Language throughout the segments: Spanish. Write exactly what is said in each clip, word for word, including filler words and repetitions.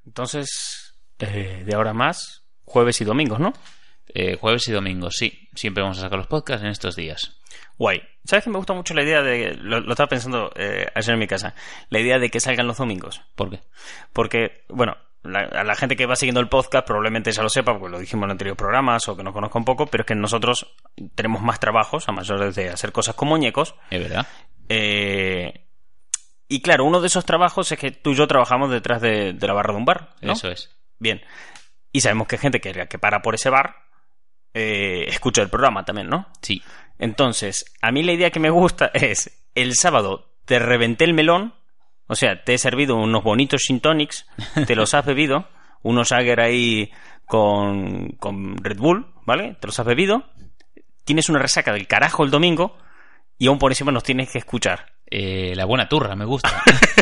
Entonces, eh, de ahora más, jueves y domingos, ¿no? Eh, jueves y domingos, sí. Siempre vamos a sacar los podcasts en estos días. Guay. ¿Sabes que me gusta mucho la idea de... Lo, lo estaba pensando eh, ayer en mi casa. La idea de que salgan los domingos. ¿Por qué? Porque, bueno, la, a la gente que va siguiendo el podcast probablemente ya lo sepa, porque lo dijimos en anteriores programas o que nos conozca un poco, pero es que nosotros tenemos más trabajos, a mayores de hacer cosas con muñecos. Es verdad. Eh... Y claro, uno de esos trabajos es que tú y yo trabajamos detrás de, de la barra de un bar, ¿no? Eso es. Bien. Y sabemos que hay gente que, que para por ese bar eh, escucha el programa también, ¿no? Sí. Entonces, a mí la idea que me gusta es, el sábado te reventé el melón, o sea, te he servido unos bonitos gin tonics, te los has bebido, unos Jäger ahí con, con Red Bull, ¿vale? Te los has bebido, tienes una resaca del carajo el domingo y aún por encima nos tienes que escuchar. Eh, la buena turra, me gusta.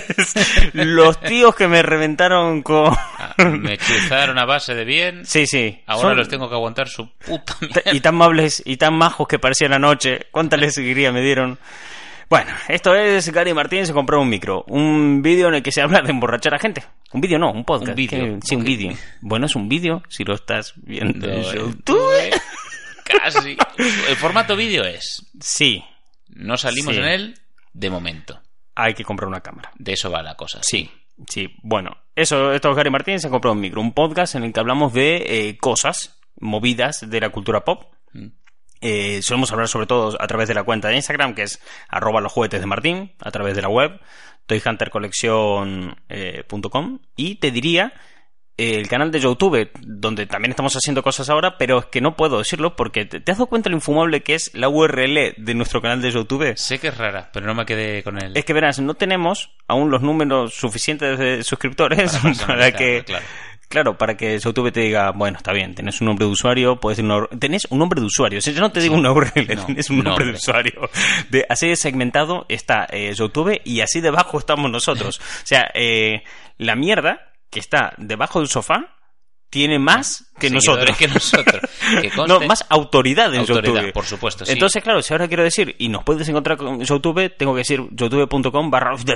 Los tíos que me reventaron con... Me cruzaron a base de bien. Sí, sí. Ahora Son... los tengo que aguantar su puta mierda. Y tan amables y tan majos que parecían anoche. ¿Cuánta alegría me dieron? Bueno, esto es Gary Martín se compró un micro. Un vídeo en el que se habla de emborrachar a gente. Un vídeo no, un podcast. Un vídeo. Sí, un vídeo. Bueno, es un vídeo si lo estás viendo en No, YouTube. Casi. El formato vídeo es... Sí. No salimos Sí. en él de momento. Hay que comprar una cámara. De eso va la cosa. Sí, sí. Bueno, eso, esto es Gary Martín se compró un micro. Un podcast en el que hablamos de eh, cosas, movidas de la cultura pop. Mm. Eh, solemos hablar sobre todo a través de la cuenta de Instagram, que es arroba los juguetes de Martín, a través de la web toy hunter collection punto com, y te diría eh, el canal de YouTube, donde también estamos haciendo cosas ahora, pero es que no puedo decirlo porque te, ¿te has dado cuenta lo infumable que es la U R L de nuestro canal de YouTube? Sé que es rara, pero no me quedé con él. Es que verás, no tenemos aún los números suficientes de suscriptores para, para que... Claro. Claro, para que YouTube te diga, bueno, está bien, tenés un nombre de usuario, puedes decir una, tenés un nombre de usuario, o sea, yo no te digo Sí. una U R L, No, tenés un nombre, nombre. de usuario. De, así de segmentado está eh, YouTube y así debajo estamos nosotros. O sea, eh, la mierda que está debajo del sofá tiene más que nosotros. que nosotros. Que conste, no, más autoridad en autoridad, YouTube. por supuesto, sí. Entonces, claro, si ahora quiero decir, y nos puedes encontrar con YouTube, tengo que decir youtube punto com barra... U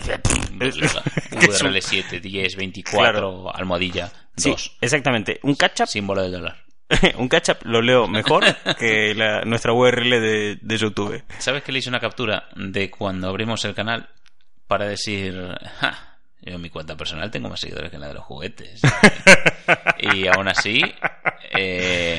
R L siete, diez, veinticuatro, Claro. almohadilla, Sí, dos. exactamente. Un catch-up, Símbolo del dólar. un catch-up lo leo mejor que la, nuestra U R L de, de YouTube. ¿Sabes que le hice una captura de cuando abrimos el canal para decir... Ja, yo en mi cuenta personal tengo más seguidores que en la de los juguetes. Y aún así, eh,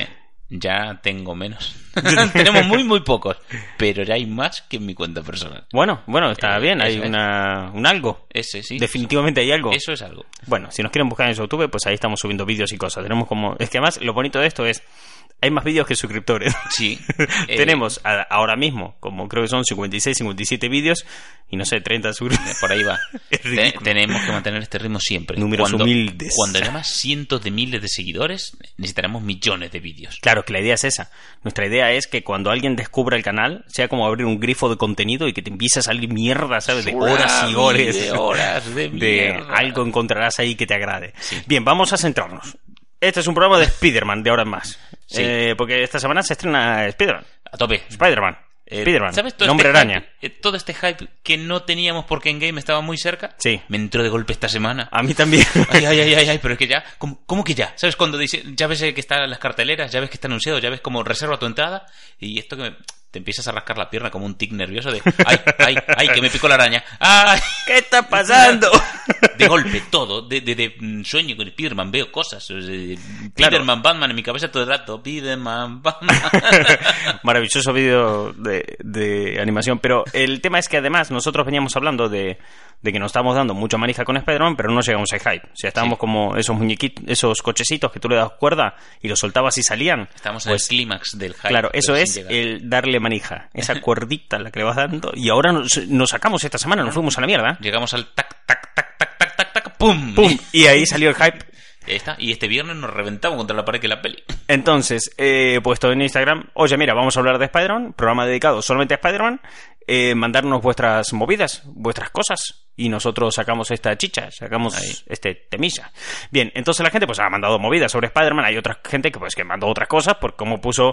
ya tengo menos. Tenemos muy, muy pocos. Pero ya hay más que en mi cuenta personal. Bueno, bueno, está Eh, bien, hay eso es. una, un algo. Ese sí. Definitivamente hay algo. Eso es algo. Bueno, si nos quieren buscar en YouTube, pues ahí estamos subiendo vídeos y cosas. Tenemos como... Es que además, lo bonito de esto es... Hay más vídeos que suscriptores. Sí. Eh, Tenemos a- ahora mismo, como creo que son cincuenta y seis, cincuenta y siete vídeos y no sé, treinta suscriptores. Por ahí va. Es Te- ridículo. tenemos que mantener este ritmo siempre. Números cuando, humildes. Cuando haya más cientos de miles de seguidores, necesitaremos millones de vídeos. Claro, que la idea es esa. Nuestra idea es que cuando alguien descubra el canal, sea como abrir un grifo de contenido y que te empiece a salir mierda, ¿sabes? De horas y horas. De horas de De mierda. algo encontrarás ahí que te agrade. Sí. Bien, vamos a centrarnos. Este es un programa de Spider-Man de ahora en más. Sí. Eh, porque esta semana se estrena Spider-Man. A tope. Spider-Man. Eh, Spider-Man. ¿Sabes todo el hombre este araña. hype, eh, todo este hype que no teníamos porque Endgame estaba muy cerca? Sí. Me entró de golpe esta semana. A mí también. Ay, ay, ay, ay, ay, pero es que ya, ¿cómo, cómo que ya? ¿Sabes cuando dice, ya ves que están las carteleras, ya ves que está anunciado, ya ves como reserva tu entrada? Y esto que me- te empiezas a rascar la pierna como un tic nervioso de, ay, ay, ay, que me picó la araña. Ay, ¿Qué está pasando? de golpe todo, de, de, de mm, sueño con Spiderman, veo cosas. eh, Claro. Spiderman, Batman en mi cabeza todo el rato. Spiderman, Batman. Maravilloso vídeo de, de animación. Pero el tema es que además nosotros veníamos hablando de, de que nos estábamos dando mucha manija con Spider-Man, pero no llegamos al hype. O sea, estábamos Sí. como esos muñequitos, esos cochecitos que tú le das cuerda y los soltabas y salían. Estamos Pues, en el clímax del hype. claro, eso pero es sin llegar. el darle manija. Esa cuerdita a la que le vas dando. Y ahora nos, nos sacamos esta semana, nos fuimos a la mierda. Llegamos al tac, tac, tac, tac, tac, tac, tac, pum. ¡Pum! Y ahí salió el hype. Y ahí está. Y este viernes nos reventamos contra la pared que la peli. Entonces, eh, he puesto en Instagram, oye, mira, vamos a hablar de Spider-Man, programa dedicado solamente a Spider-Man, eh, mandarnos vuestras movidas, vuestras cosas, y nosotros sacamos esta chicha, sacamos Ahí. este temilla. Bien, entonces la gente pues ha mandado movidas sobre Spider-Man, hay otra gente que pues que mandó otras cosas, por como puso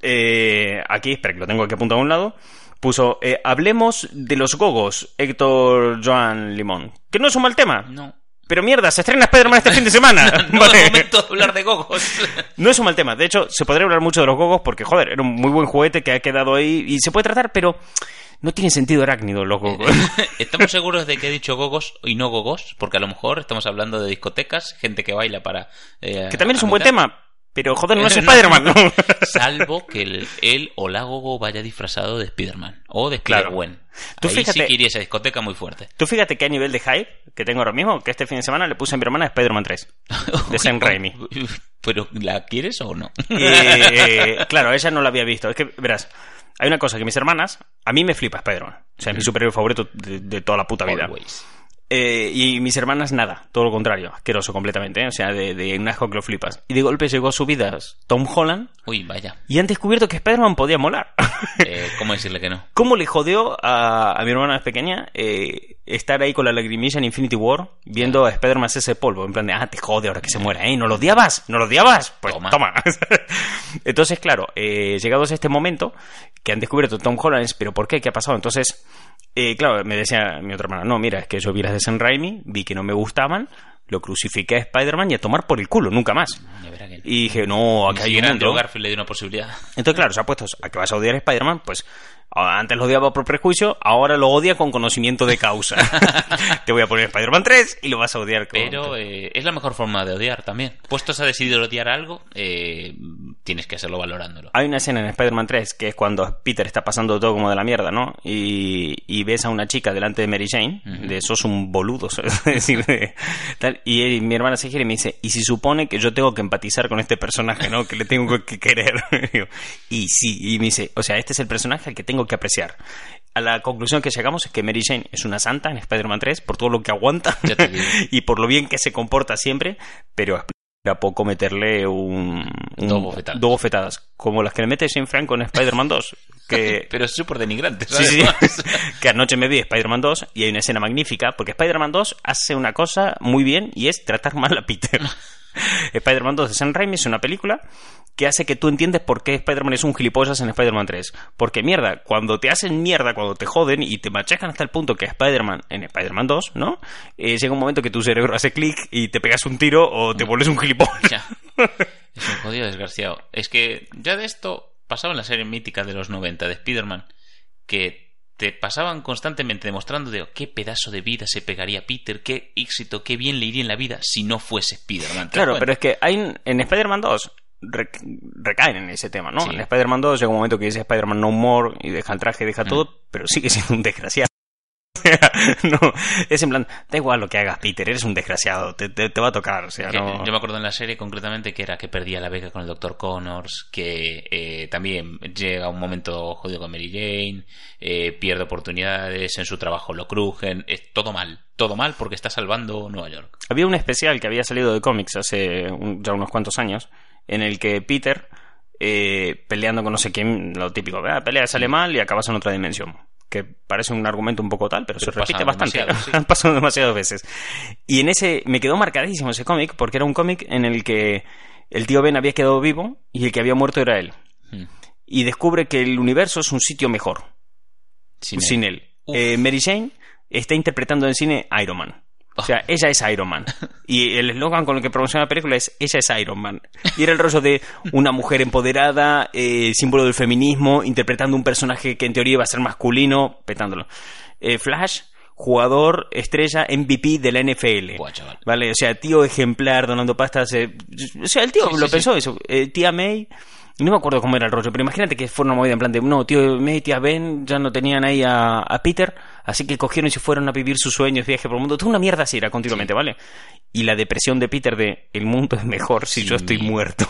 eh, aquí, espera que lo tengo aquí apuntado a un lado, puso, eh, hablemos de los gogos, Héctor Joan Limón, que no es un mal tema. No. Pero mierda, se estrena Spider-Man este fin de semana. No, Vale. es momento de hablar de gogos. No es un mal tema. De hecho, se podría hablar mucho de los gogos porque, joder, era un muy buen juguete que ha quedado ahí y se puede tratar, pero no tiene sentido arácnido los gogos. ¿Estamos seguros de que he dicho gogos y no gogos? Porque a lo mejor estamos hablando de discotecas, gente que baila para... Eh, que también es un buen amigar. tema, pero, joder, no es Spider-Man, ¿no? Salvo que el, él o la gogo vaya disfrazado de Spider-Man o de Claro. Spider-Gwen. Tú Ahí fíjate- sí que iría esa discoteca muy fuerte. Tú fíjate que a nivel de hype que tengo ahora mismo, que este fin de semana le puse a mi hermana Spider-Man tres, de Sam Raimi. ¿Pero la quieres o no? Eh, claro, ella no la había visto. Es que, verás, hay una cosa que mis hermanas... A mí me flipa Spider-Man. O sea, es mi superhéroe favorito de, de toda la puta vida. Always. Eh, y mis hermanas nada, todo lo contrario, asqueroso completamente, ¿eh? O sea, de, de un asco que lo flipas. Y de golpe llegó a su vida Tom Holland Uy, vaya. y han descubierto que Spider-Man podía molar. Eh, ¿Cómo decirle que no? ¿Cómo le jodió a, a mi hermana más pequeña eh, estar ahí con la lagrimilla en Infinity War viendo a Spider-Man ese polvo? En plan de, ah, te jode ahora que se muera, ¿eh? ¿No lo odiabas? ¿No lo odiabas? Pues toma. Toma. Entonces, claro, eh, llegados a este momento, que han descubierto Tom Holland, es, ¿pero por qué? ¿Qué ha pasado? Entonces, eh, claro, me decía mi otra hermana, no, mira, es que yo vi las de Sam Raimi, vi que no me gustaban, lo crucifiqué a Spider-Man y a tomar por el culo, nunca más. Ya verá que no. Y dije, no, Ni acá hay un siquiera mundo. Andrew Garfield le dio una posibilidad. Entonces, claro, se ha puesto a que vas a odiar a Spider-Man, pues antes lo odiaba por prejuicio, ahora lo odia con conocimiento de causa. Te voy a poner Spider-Man tres y lo vas a odiar con... Pero eh, es la mejor forma de odiar también. Puestos a decidir odiar algo, eh, tienes que hacerlo valorándolo. Hay una escena en Spider-Man tres que es cuando Peter está pasando todo como de la mierda, ¿no? Y, y ves a una chica delante de Mary Jane, uh-huh. de sos un boludo, es decir, de, tal, y, él, y mi hermana se gira y me dice, ¿y si supone que yo tengo que empatizar con este personaje, ¿no? Que le tengo que querer. Y sí, y me dice, o sea, este es el personaje al que tengo que apreciar. A la conclusión que llegamos es que Mary Jane es una santa en Spider-Man tres por todo lo que aguanta y por lo bien que se comporta siempre, pero a poco meterle un, un dos bofetadas. dos bofetadas, como las que le mete Shane Franco en Spider-Man dos. Que, pero es súper denigrante, ¿sabes? Sí, sí. Que anoche me vi Spider-Man dos y hay una escena magnífica, porque Spider-Man dos hace una cosa muy bien y es tratar mal a Peter. Spider-Man dos de Sam Raimi es una película que hace que tú entiendes por qué Spider-Man es un gilipollas en Spider-Man tres. Porque mierda, cuando te hacen mierda, cuando te joden y te machacan hasta el punto que Spider-Man en Spider-Man dos, ¿no? Eh, llega un momento que tu cerebro hace clic y te pegas un tiro o te vuelves un gilipollas. Ya. Es un jodido desgraciado. Es que ya de esto pasaba en la serie mítica de los noventa de Spider-Man, que te pasaban constantemente demostrando de oh, qué pedazo de vida se pegaría Peter, qué éxito, qué bien le iría en la vida si no fuese Spider-Man. Claro, pero es que hay en Spider-Man dos rec- recaen en ese tema, ¿no? Sí. En Spider-Man dos llega un momento que dice Spider-Man no more y deja el traje, deja mm. todo, pero sigue siendo un desgraciado. No, es en plan, da igual lo que hagas, Peter, eres un desgraciado, te, te, te va a tocar. O sea, no... Yo me acuerdo en la serie concretamente que era que perdía la beca con el doctor Connors, que eh, también llega un momento jodido con Mary Jane, eh, pierde oportunidades, en su trabajo lo crujen, es todo mal, todo mal porque está salvando Nueva York. Había un especial que había salido de cómics hace un, ya unos cuantos años, en el que Peter, eh, peleando con no sé quién, lo típico, ¿verdad? Pelea sale mal y acabas en otra dimensión. Que parece un argumento un poco tal, pero, pero se repite bastante. Sí. Han pasado demasiadas veces. Y en ese me quedó marcadísimo ese cómic, porque era un cómic en el que el tío Ben había quedado vivo y el que había muerto era él. Hmm. Y descubre que el universo es un sitio mejor sin, sin él. él. Eh, Mary Jane está interpretando en cine Iron Man. O sea, ella es Iron Man. Y el eslogan con el que promociona la película es ella es Iron Man. Y era el rollo de una mujer empoderada, eh, símbolo del feminismo, interpretando un personaje que en teoría iba a ser masculino, petándolo. Eh, Flash, jugador estrella M V P de la N F L. Buah, chaval. Vale, o sea, tío ejemplar, donando pastas. Eh, o sea, el tío sí, lo sí, pensó sí. eso. Eh, tía May... No me acuerdo cómo era el rollo, pero imagínate que fue una movida en plan de no, tío May y tía Ben ya no tenían ahí a, a Peter, así que cogieron y se fueron a vivir sus sueños, viaje por el mundo. Toda una mierda así era continuamente, sí. ¿vale? Y la depresión de Peter de el mundo es mejor si sí. yo estoy muerto.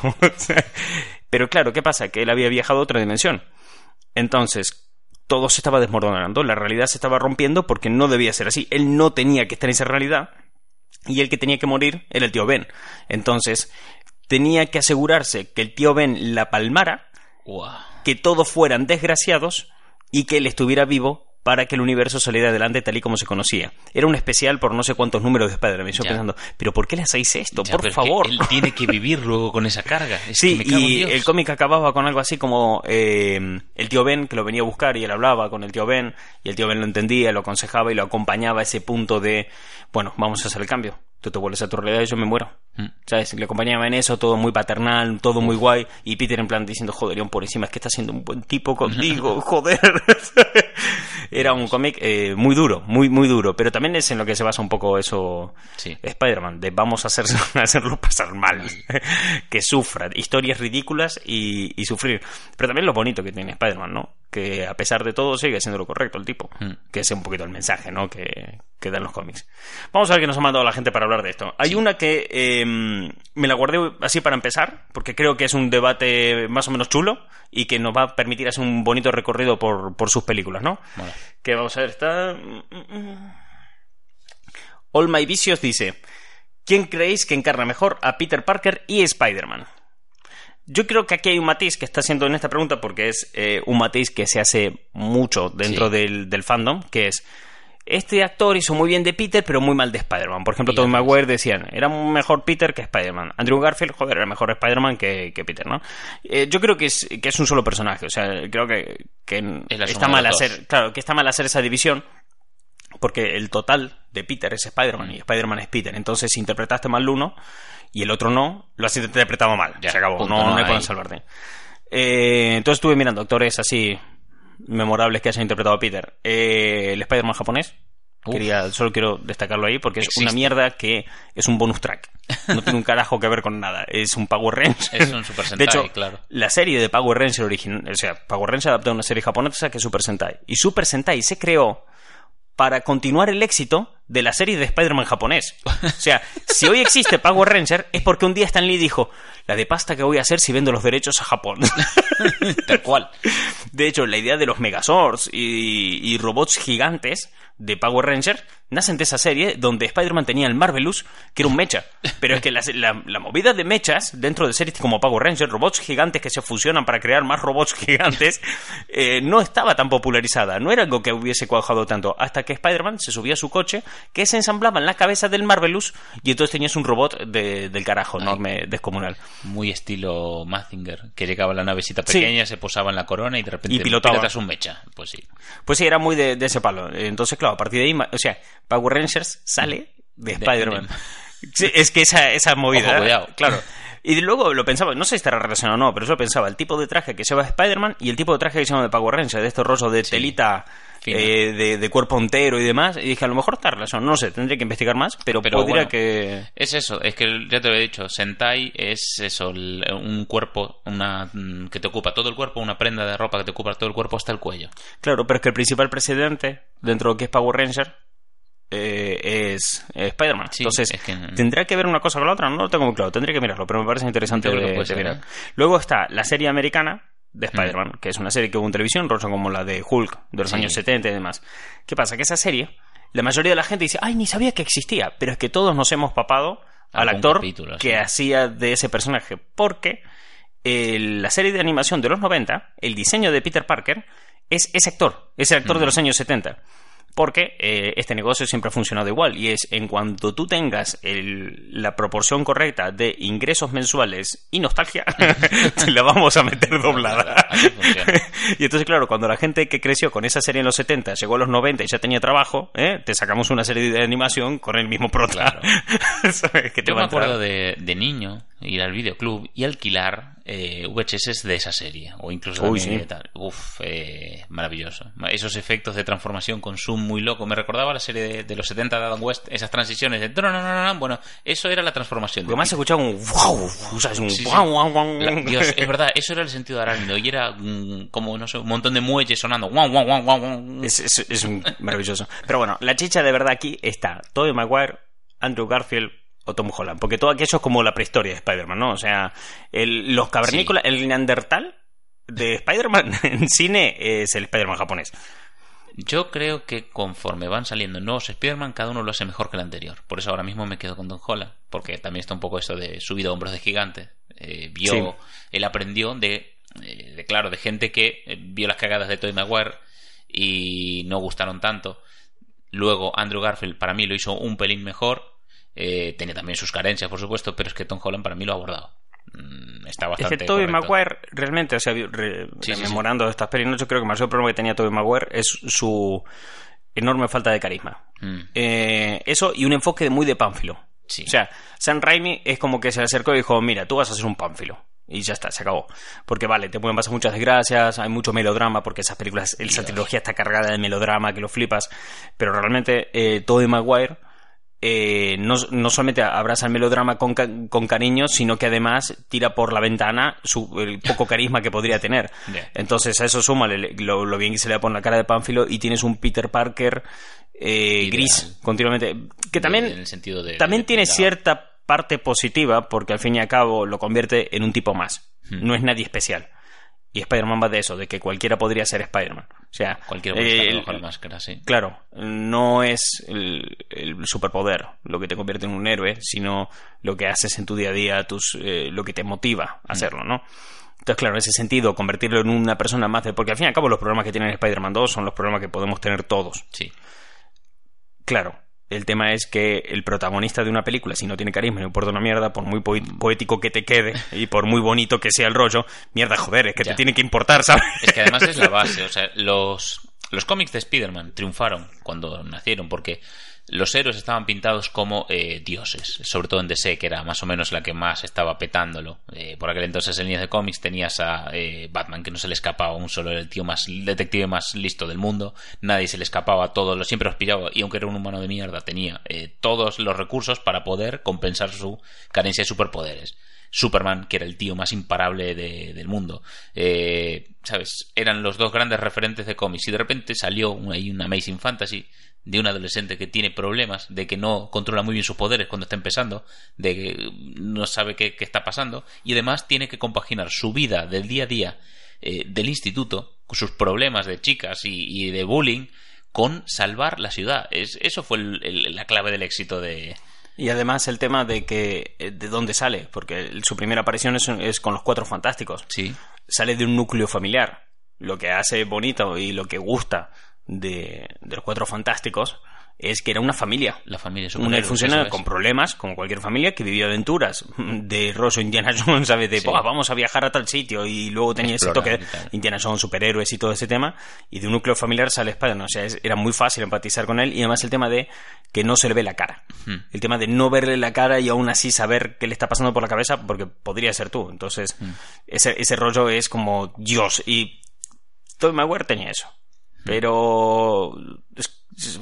Pero claro, ¿qué pasa? Que él había viajado a otra dimensión. Entonces, todo se estaba desmoronando, la realidad se estaba rompiendo porque no debía ser así. Él no tenía que estar en esa realidad y el que tenía que morir era el tío Ben. Entonces... tenía que asegurarse que el tío Ben la palmara, wow. que todos fueran desgraciados y que él estuviera vivo para que el universo saliera adelante tal y como se conocía. Era un especial por no sé cuántos números de Spider-Man. Yo pensando, ¿pero por qué le hacéis esto? Ya, por favor. Él tiene que vivir luego con esa carga. Es sí, que me cago y en Dios. El cómic acababa con algo así como eh, el tío Ben, que lo venía a buscar y él hablaba con el tío Ben, y el tío Ben lo entendía, lo aconsejaba y lo acompañaba a ese punto de, bueno, vamos a hacer el cambio. tú te vuelves a tu realidad y yo me muero. Mm. ¿Sabes? Le acompañaba en eso, todo muy paternal, todo muy guay, y Peter en plan diciendo, joder, Ion, por encima es que está siendo un buen tipo contigo, joder. Era un cómic eh, muy duro, muy muy duro, pero también es en lo que se basa un poco eso, sí. Spider-Man, de vamos a, hacer, a hacerlo pasar mal, que sufra, historias ridículas y, y sufrir. Pero también lo bonito que tiene Spider-Man, ¿no? Que a pesar de todo sigue siendo lo correcto el tipo, mm. que es un poquito el mensaje, ¿no? Que, que dan los cómics. Vamos a ver qué nos ha mandado la gente para hablar de esto. Hay sí. una que eh, me la guardé así para empezar, porque creo que es un debate más o menos chulo y que nos va a permitir hacer un bonito recorrido por, por sus películas, ¿no? Vale. Que vamos a ver, está... All My Vicious dice: ¿quién creéis que encarna mejor a Peter Parker y Spider-Man? Yo creo que aquí hay un matiz que está haciendo en esta pregunta, porque es eh, un matiz que se hace mucho dentro sí. del, del fandom, que es: este actor hizo muy bien de Peter, pero muy mal de Spider-Man. Por ejemplo, Tobey Maguire decían, era un mejor Peter que Spider-Man. Andrew Garfield, joder, era mejor Spider-Man que, que Peter, ¿no? Eh, yo creo que es, que es un solo personaje. O sea, creo que, que está mal hacer, claro, que está mal hacer esa división, porque el total de Peter es Spider-Man mm. y Spider-Man es Peter. Entonces, si interpretaste mal uno y el otro no, lo has interpretado mal. Ya, se acabó, punto, no, no, no hay por salvarte. Eh, entonces estuve mirando actores así memorables que hayan interpretado a Peter. Eh, el Spider-Man japonés. Quería, solo quiero destacarlo ahí porque es Existe. una mierda que es un bonus track. No tiene un carajo que ver con nada. Es un Power Ranger. Es un Super Sentai, de hecho, claro. La serie de Power Ranger original, o sea, Power Ranger adaptó a una serie japonesa que es Super Sentai. Y Super Sentai se creó para continuar el éxito de la serie de Spider-Man japonés. O sea, si hoy existe Power Ranger es porque un día Stan Lee dijo: la de pasta que voy a hacer si vendo los derechos a Japón. Tal cual. De hecho, la idea de los Megazords y, y robots gigantes de Power Ranger nacen de esa serie donde Spider-Man tenía el Marvelous, que era un mecha. Pero es que la, la, la movida de mechas dentro de series como Power Ranger, robots gigantes que se fusionan para crear más robots gigantes, eh, no estaba tan popularizada. No era algo que hubiese cuajado tanto, hasta que Spider-Man se subía a su coche, que se ensamblaba en la cabeza del Marvelous, y entonces tenías un robot de, del carajo, enorme, Ay, descomunal. Muy estilo Mazinger, que llegaba a la navecita pequeña, sí. se posaba en la corona y de repente y pilotaba. pilotas un mecha. Pues sí. Pues sí, era muy de, de ese palo. Entonces, claro, a partir de ahí, o sea, Power Rangers sale de, de Spider-Man. De... Sí, es que esa, esa movida, Ojo, cuidado. Claro. Y luego lo pensaba, no sé si estará relacionado o no, pero yo pensaba el tipo de traje que se va de Spider-Man y el tipo de traje que se llama de Power Rangers, de estos rosas de sí. telita eh, de, de cuerpo entero y demás. Y dije, a lo mejor está relacionado, no sé, tendré que investigar más, pero, pero podría bueno, que... Es eso, es que ya te lo he dicho, Sentai es eso, un cuerpo, una que te ocupa todo el cuerpo, una prenda de ropa que te ocupa todo el cuerpo hasta el cuello. Claro, pero es que el principal precedente dentro de lo que es Power Ranger Eh, es eh, Spider-Man. Sí, entonces, es que... ¿tendrá que ver una cosa con la otra? No lo tengo muy claro, tendría que mirarlo, pero me parece interesante de, de mirar. Ser, ¿eh? Luego está la serie americana de Spider-Man, mm. que es una serie que hubo en televisión, rosa como la de Hulk de los sí. años setenta y demás. ¿Qué pasa? Que esa serie, la mayoría de la gente dice, ay, ni sabía que existía, pero es que todos nos hemos papado al actor capítulo, que sí. hacía de ese personaje, porque eh, la serie de animación de los noventa, el diseño de Peter Parker es ese actor, ese actor mm. de los años setenta. Porque eh, este negocio siempre ha funcionado igual, y es en cuanto tú tengas el, la proporción correcta de ingresos mensuales y nostalgia, te la vamos a meter doblada. Y entonces, claro, cuando la gente que creció con esa serie en los setenta llegó a los noventa y ya tenía trabajo, ¿eh? te sacamos una serie de animación con el mismo prota. Claro. ¿Sabes? Que te Yo me acuerdo de, de niño ir al videoclub y alquilar eh, V H S de esa serie, o incluso Uy, también sí. tal. Uf, eh, maravilloso. Esos efectos de transformación con zoom muy loco. Me recordaba la serie de, de los setenta de Adam West, esas transiciones de no, no, no, no. Bueno, eso era la transformación. Lo más escuchaba un wow, o sea, es un sí, wow, wow, wow. La, Dios, es verdad, eso era el sentido de arácnido y era um, como, no sé, un montón de muelles sonando. Wow, wow, wow, wow. Es, es, es un maravilloso. Pero bueno, la chicha de verdad aquí está Tobey Maguire, Andrew Garfield o Tom Holland, porque todo aquello es como la prehistoria de Spider-Man, ¿no? O sea, el, los cavernícolas, sí. el Neandertal de Spider-Man en cine es el Spider-Man japonés. Yo creo que conforme van saliendo nuevos Spider-Man, cada uno lo hace mejor que el anterior. Por eso ahora mismo me quedo con Tom Holland, porque también está un poco eso de subido a hombros de gigante. Eh, vio, sí. Él aprendió de, eh, de, claro, de gente que eh, vio las cagadas de Tobey Maguire y no gustaron tanto. Luego Andrew Garfield para mí lo hizo un pelín mejor. Eh, tenía también sus carencias, por supuesto, pero es que Tom Holland para mí lo ha abordado. Mm, está bastante. Es que Tobey Maguire realmente, o sea, re, sí, rememorando sí, sí. estas películas, yo creo que el mayor problema que tenía Tobey Maguire es su enorme falta de carisma. Mm. Eh, eso y un enfoque muy de pánfilo. Sí. O sea, Sam Raimi es como que se le acercó y dijo, mira, tú vas a ser un pánfilo. Y ya está, se acabó. Porque vale, te pueden pasar muchas desgracias, hay mucho melodrama, porque esas películas, esa Dios. trilogía está cargada de melodrama, que lo flipas. Pero realmente, eh, Tobey Maguire eh, no, no solamente abraza el melodrama con, ca- con cariño, sino que además tira por la ventana su, el poco carisma que podría tener. Yeah. Entonces a eso súmale lo, lo bien que se le pone la cara de pánfilo y tienes un Peter Parker eh, gris continuamente. Que también, en el sentido de, también de, tiene de la... cierta parte positiva, porque al fin y al cabo lo convierte en un tipo más. Hmm. No es nadie especial. Y Spider-Man va de eso, de que cualquiera podría ser Spider-Man. O sea, cualquiera puede estar bajo la máscara, sí. Claro, no es el, el superpoder lo que te convierte en un héroe, sino lo que haces en tu día a día, tus, eh, lo que te motiva a hacerlo, ¿no? Entonces, claro, en ese sentido, convertirlo en una persona más de... Porque al fin y al cabo los problemas que tiene Spider-Man dos son los problemas que podemos tener todos. Sí. Claro. El tema es que el protagonista de una película, si no tiene carisma ni importa una mierda, por muy poético que te quede y por muy bonito que sea el rollo, mierda, joder, es que ya. Te tiene que importar, ¿sabes? Es que además es la base, o sea, los, los cómics de Spider-Man triunfaron cuando nacieron porque los héroes estaban pintados como eh, dioses, sobre todo en D C, que era más o menos la que más estaba petándolo. Eh, por aquel entonces en líneas de cómics tenías a eh, Batman, que no se le escapaba un solo, era el tío más el detective más listo del mundo, nadie se le escapaba, a todos, siempre los pillaba, y aunque era un humano de mierda, tenía eh, todos los recursos para poder compensar su carencia de superpoderes. Superman, que era el tío más imparable de, del mundo, eh, ¿sabes? Eran los dos grandes referentes de cómics, y de repente salió una, una Amazing Fantasy de un adolescente que tiene problemas, de que no controla muy bien sus poderes cuando está empezando, de que no sabe qué, qué está pasando, y además tiene que compaginar su vida del día a día eh, del instituto, con sus problemas de chicas y, y de bullying, con salvar la ciudad. Es, eso fue el, el, la clave del éxito de... Y además el tema de que de dónde sale, porque su primera aparición es, es con los Cuatro Fantásticos. Sí. Sale de un núcleo familiar. Lo que hace bonito y lo que gusta de, de los Cuatro Fantásticos es que era una familia. La familia una funcionaria con problemas, como cualquier familia, que vivía aventuras de rollo Indiana Jones, ¿sabes? De, sí. vamos a viajar a tal sitio, y luego tenía Explorar, ese toque de Indiana Jones, superhéroes y todo ese tema, y de un núcleo familiar sale Spider-Man. O sea, es, era muy fácil empatizar con él, y además el tema de que no se le ve la cara. Hmm. El tema de no verle la cara y aún así saber qué le está pasando por la cabeza, porque podría ser tú. Entonces, hmm. ese, ese rollo es como Dios, y Tobey Maguire tenía eso. Pero... Es, es,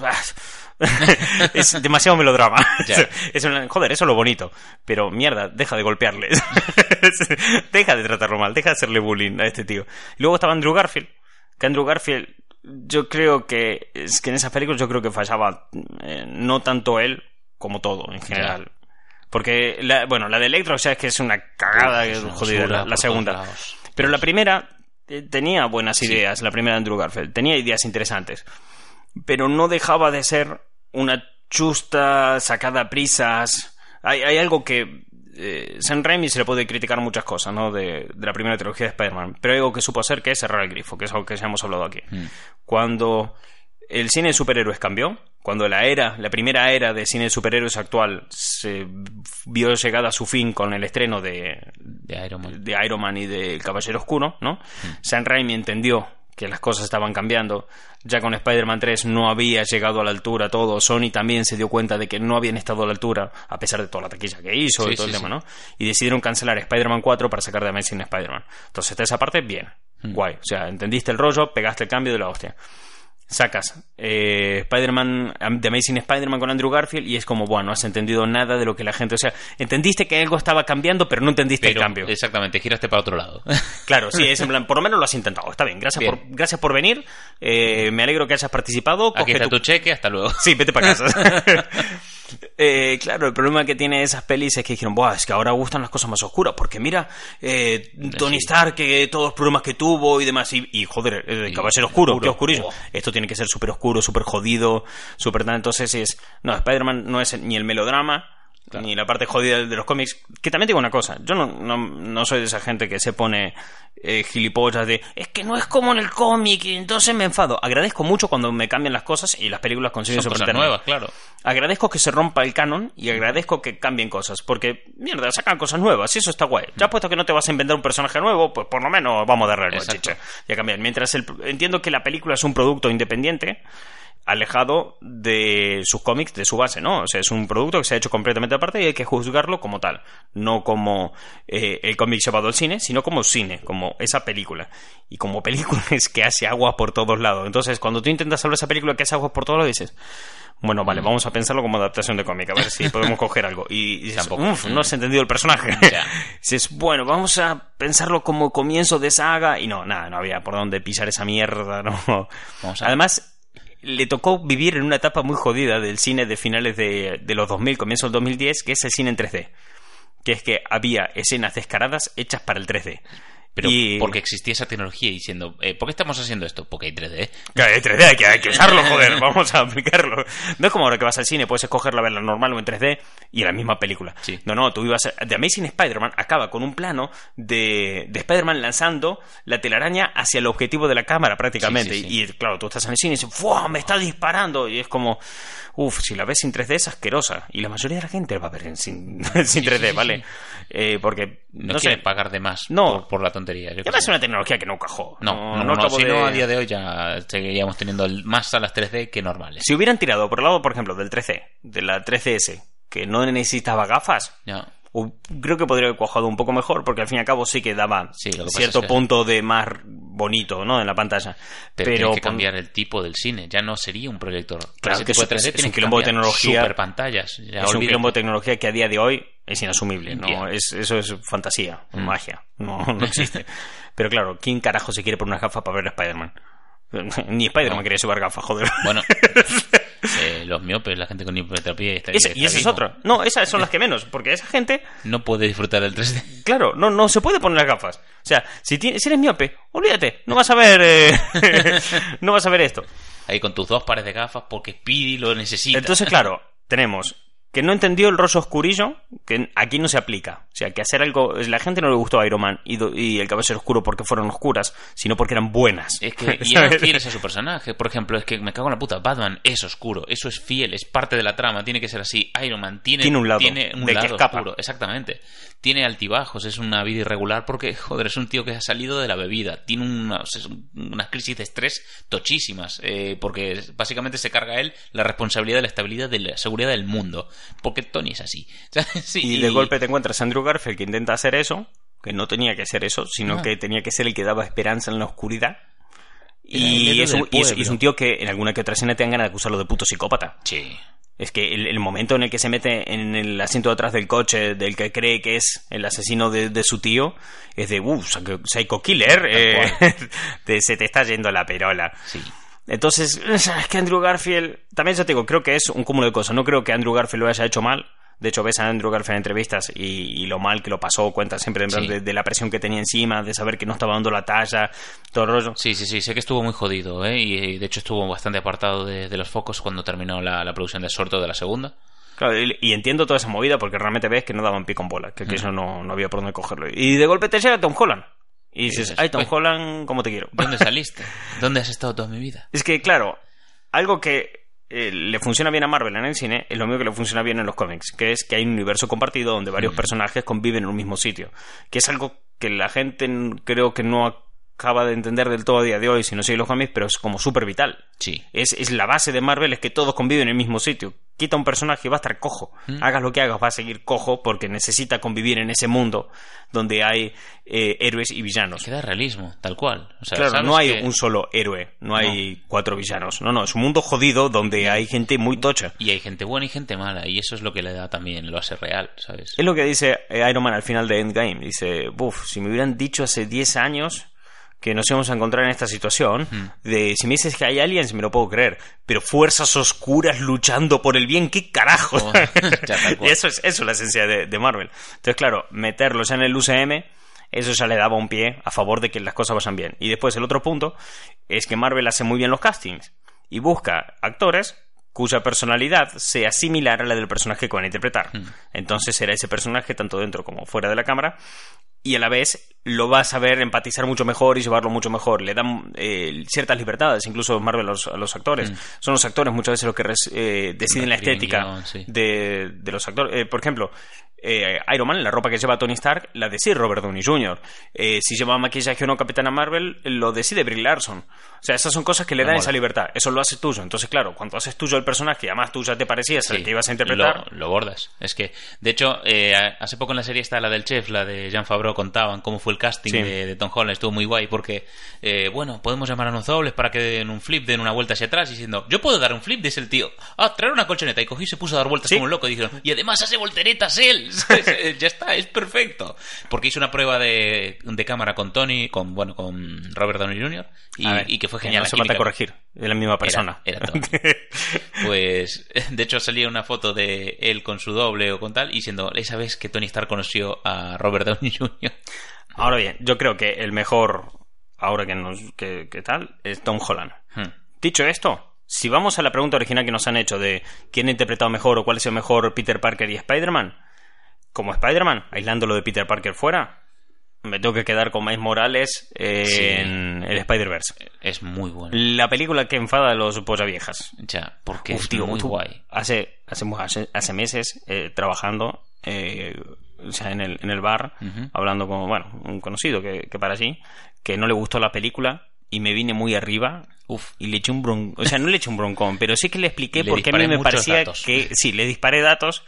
es demasiado melodrama. Yeah. Es una, joder, eso es lo bonito. Pero mierda, deja de golpearles. Deja de tratarlo mal, deja de hacerle bullying a este tío. Y luego estaba Andrew Garfield. Que Andrew Garfield, yo creo que es que en esas películas yo creo que fallaba eh, no tanto él como todo en general. Yeah. Porque la, bueno, la de Electro, o sea, es que es una cagada, es una jodida, la, la segunda. Pero la primera tenía buenas ideas, sí. La primera de Andrew Garfield tenía ideas interesantes, pero no dejaba de ser una chusta sacada a prisas. Hay, hay algo que eh, Sam Raimi se le puede criticar muchas cosas, ¿no? de, de la primera trilogía de Spider-Man, pero hay algo que supo hacer, que es cerrar el grifo, que es algo que ya hemos hablado aquí. Mm. Cuando el cine de superhéroes cambió, cuando la era, la primera era de cine de superhéroes actual se vio llegada a su fin con el estreno de, de, Iron, Man. de Iron Man y de El Caballero Oscuro, ¿no? Mm. Sam Raimi entendió que las cosas estaban cambiando. Ya con Spider-Man tres no había llegado a la altura todo. Sony también se dio cuenta de que no habían estado a la altura, a pesar de toda la taquilla que hizo, sí, y todo sí, el tema, sí. ¿no? Y decidieron cancelar Spider-Man cuatro para sacar de Amazing Spider-Man. Entonces, de esa parte, bien. Mm. Guay. O sea, entendiste el rollo, pegaste el cambio de la hostia. Sacas eh, Spider-Man, The Amazing Spider-Man con Andrew Garfield, y es como, bueno, no has entendido nada de lo que la gente... O sea, entendiste que algo estaba cambiando, pero no entendiste pero, el cambio. Exactamente, giraste para otro lado. Claro, sí, es en plan, por lo menos lo has intentado. Está bien, gracias, bien. Por, gracias por venir. Eh, me alegro que hayas participado. Aquí está tu... tu cheque, hasta luego. Sí, vete para casa. Eh, claro, el problema que tiene esas pelis es que dijeron, buah, es que ahora gustan las cosas más oscuras, porque mira, eh, Tony sí. Stark, que todos los problemas que tuvo y demás, y, y joder, el y, Caballero Oscuro, oscuro, qué oscurísimo. Oh. Esto tiene que ser súper oscuro, súper jodido, súper tal. Entonces es, no, Spider-Man no es ni el melodrama, claro, ni la parte jodida de los cómics. Que también digo una cosa, yo no, no, no soy de esa gente que se pone eh, gilipollas de, es que no es como en el cómic, y entonces me enfado. Agradezco mucho cuando me cambian las cosas y las películas consiguen son cosas nuevas, claro. Agradezco que se rompa el canon y agradezco que cambien cosas, porque, mierda, sacan cosas nuevas y eso está guay. Ya puesto que no te vas a inventar un personaje nuevo, pues por lo menos vamos a darle el chiche y a cambiar. Mientras el, entiendo que la película es un producto independiente, alejado de sus cómics, de su base, ¿no? O sea, es un producto que se ha hecho completamente aparte y hay que juzgarlo como tal, no como eh, el cómic llevado al cine, sino como cine, como esa película. Y como película es que hace agua por todos lados. Entonces, cuando tú intentas hablar de esa película que hace agua por todos lados, dices, bueno, vale, vamos a pensarlo como adaptación de cómic, a ver si podemos coger algo. Y, y dices, uff, no has entendido el personaje. Ya. Dices, bueno, vamos a pensarlo como comienzo de saga. Y no, nada, no había por dónde pisar esa mierda, ¿no? Vamos a... Además, le tocó vivir en una etapa muy jodida del cine de finales de, de los dos mil, comienzo del dos mil diez, que es el cine en tres D. Que es que había escenas descaradas hechas para el tres D. Pero y... porque existía esa tecnología y diciendo, eh, ¿por qué estamos haciendo esto? Porque hay tres D. Claro, hay tres D, hay que, hay que usarlo, joder, vamos a aplicarlo. No es como ahora que vas al cine, puedes escogerla, verla normal o en tres D y en la misma película. Sí. No, no, tú ibas a... The Amazing Spider-Man acaba con un plano de, de Spider-Man lanzando la telaraña hacia el objetivo de la cámara prácticamente. Sí, sí, sí. Y, y claro, tú estás en el cine y dices, ¡fua! Me está disparando. Y es como, uff, si la ves sin tres D es asquerosa. Y la mayoría de la gente la va a ver en, sin, sin sí, tres D, sí, sí, ¿vale? Sí. Eh, porque no, no quiere sé, pagar de más no. por, por la tontería. Yo es una tecnología que no cajó. No, no, no, no, no si de... no, a día de hoy ya seguiríamos teniendo más salas tres D que normales. Si hubieran tirado por el lado, por ejemplo, del tres D, de la tres D S, que no necesitaba gafas, ya. creo que podría haber cuajado un poco mejor, porque al fin y al cabo sí que daba sí, lo que cierto es que... punto de más bonito, ¿no? En la pantalla. Pero, pero tienes que cambiar el tipo del cine, ya no sería un proyector. Claro, ese que tipo es, de tres D es un quilombo de tecnología. Super pantallas. Ya es olvídate. un quilombo de tecnología que a día de hoy es inasumible, ¿no? Yeah. Es, eso es fantasía, mm. magia, no, no existe. Pero claro, ¿quién carajo se quiere poner unas gafas para ver a Spider-Man? Ni Spider-Man no. quería llevar gafas, joder. Bueno, eh, los miopes, la gente con hipermetropía. Esa, y esa es otra. No, esas son las que menos, porque esa gente no puede disfrutar del tres D. Claro, no, no se puede poner las gafas. O sea, si, tienes, si eres miope, olvídate, no vas a ver eh, no vas a ver esto. Ahí con tus dos pares de gafas porque Speedy lo necesita. Entonces, claro, tenemos que no entendió el rosa oscurillo, que aquí no se aplica. O sea, que hacer algo... La gente no le gustó a Iron Man y, do, y el Caballero Oscuro porque fueron oscuras, sino porque eran buenas. Es que y eran fieles a su personaje. Por ejemplo, es que me cago en la puta. Batman es oscuro, eso es fiel, es parte de la trama, tiene que ser así. Iron Man tiene, tiene un lado, tiene un de lado que escapa. oscuro, exactamente. Tiene altibajos, es una vida irregular porque, joder, es un tío que ha salido de la bebida. Tiene una, unas crisis de estrés tochísimas, eh, porque básicamente se carga él la responsabilidad de la estabilidad de la seguridad del mundo. Porque Tony es así. Sí, y de y... golpe te encuentras a Andrew Garfield que intenta hacer eso, que no tenía que ser eso, sino no. que tenía que ser el que daba esperanza en la oscuridad. Y es, un, y, es, y es un tío que en alguna que otra escena te dan ganas de acusarlo de puto psicópata. Sí. Es que el, el momento en el que se mete en el asiento de atrás del coche del que cree que es el asesino de, de su tío es de, uff, psycho killer, eh, te, se te está yendo la perola. Sí. Entonces, es que Andrew Garfield, también yo te digo, creo que es un cúmulo de cosas. No creo que Andrew Garfield lo haya hecho mal. De hecho, ves a Andrew Garfield en entrevistas y, y lo mal que lo pasó, cuenta siempre de, sí. de, de la presión que tenía encima, de saber que no estaba dando la talla, todo el rollo. Sí, sí, sí, sé que estuvo muy jodido, ¿eh? Y de hecho estuvo bastante apartado de, de los focos cuando terminó la, la producción de Sorto de la segunda. Claro, y, y entiendo toda esa movida porque realmente ves que no daban pie con bola, que, que mm. eso no, no había por dónde cogerlo. Y de golpe te llega Tom Holland. Y dices, ay, Tom Holland, ¿cómo te quiero? ¿Dónde saliste? ¿Dónde has estado toda mi vida? Es que, claro, algo que eh, le funciona bien a Marvel en el cine es lo mismo que le funciona bien en los cómics, que es que hay un universo compartido donde varios mm. personajes conviven en un mismo sitio, que es algo que la gente creo que no acaba de entender del todo a día de hoy si no sigue los cómics, pero es como súper vital. Sí. Es, es la base de Marvel, es que todos conviven en el mismo sitio. Quita un personaje y va a estar cojo. Mm. Hagas lo que hagas, va a seguir cojo porque necesita convivir en ese mundo donde hay eh, héroes y villanos. Queda realismo, tal cual. O sea, claro, no hay que... un solo héroe, no hay no. cuatro villanos. No, no, es un mundo jodido donde hay gente muy tocha. Y hay gente buena y gente mala, y eso es lo que le da también, lo hace real, ¿sabes? Es lo que dice Iron Man al final de Endgame. Dice, buf, si me hubieran dicho hace diez años que nos íbamos a encontrar en esta situación, mm. de si me dices que hay aliens me lo puedo creer, pero fuerzas oscuras luchando por el bien, ¿qué carajo? Oh, y eso es, eso es la esencia de, de Marvel. Entonces, claro, meterlos en el U C M, eso ya le daba un pie a favor de que las cosas vayan bien. Y después el otro punto es que Marvel hace muy bien los castings y busca actores cuya personalidad sea similar a la del personaje que van a interpretar. Mm. Entonces será ese personaje tanto dentro como fuera de la cámara, y a la vez lo vas a ver empatizar mucho mejor y llevarlo mucho mejor. Le dan eh, ciertas libertades, incluso Marvel a los, a los actores. Mm. Son los actores muchas veces los que res, eh, deciden la estética guión, sí. de, de los actores. Eh, por ejemplo, eh, Iron Man, la ropa que lleva Tony Stark, la decide Robert Downey junior Eh, si lleva maquillaje o no Capitana Marvel, lo decide Brie Larson. O sea, esas son cosas que le dan esa libertad. Eso lo hace tuyo. Entonces, claro, cuando haces tuyo el personaje, además tú ya te parecías sí, el que ibas a interpretar... Lo, lo bordas. Es que, de hecho, eh, hace poco en la serie está la del chef, la de Jon Favreau, contaban cómo fue el casting sí. de, de Tom Holland. Estuvo muy guay porque, eh, bueno, podemos llamar a unos dobles para que den un flip, den una vuelta hacia atrás, diciendo, yo puedo dar un flip, dice el tío. Ah, traer una colchoneta. Y cogió y se puso a dar vueltas ¿Sí? como un loco. Y dijeron, y además hace volteretas él. Ya está, es perfecto. Porque hizo una prueba de, de cámara con Tony, con, bueno, con Robert Downey junior Y, ver, y que fue genial. No se falta corregir, es la misma persona. Era, era Tony. Pues, de hecho, salía una foto de él con su doble o con tal, y diciendo, esa vez que Tony Stark conoció a Robert Downey junior Ahora bien, yo creo que el mejor, ahora que, nos, que, que tal, es Tom Holland. Hmm. Dicho esto, si vamos a la pregunta original que nos han hecho de quién ha interpretado mejor o cuál es el mejor Peter Parker y Spider-Man, como Spider-Man, aislándolo de Peter Parker fuera, me tengo que quedar con Miles Morales eh, sí. en el Spider-Verse. Es muy bueno. La película que enfada a los pollaviejas. Ya, porque Uf, es tío, muy guay. Hace, hace, hace meses eh, trabajando eh, o sea, en el, en el bar, uh-huh. hablando con bueno un conocido que, que para allí, que no le gustó la película y me vine muy arriba. Uf. Y le eché un broncón. O sea, no le eché un broncón, pero sí que le expliqué por qué a mí me parecía datos. que... Sí, le disparé datos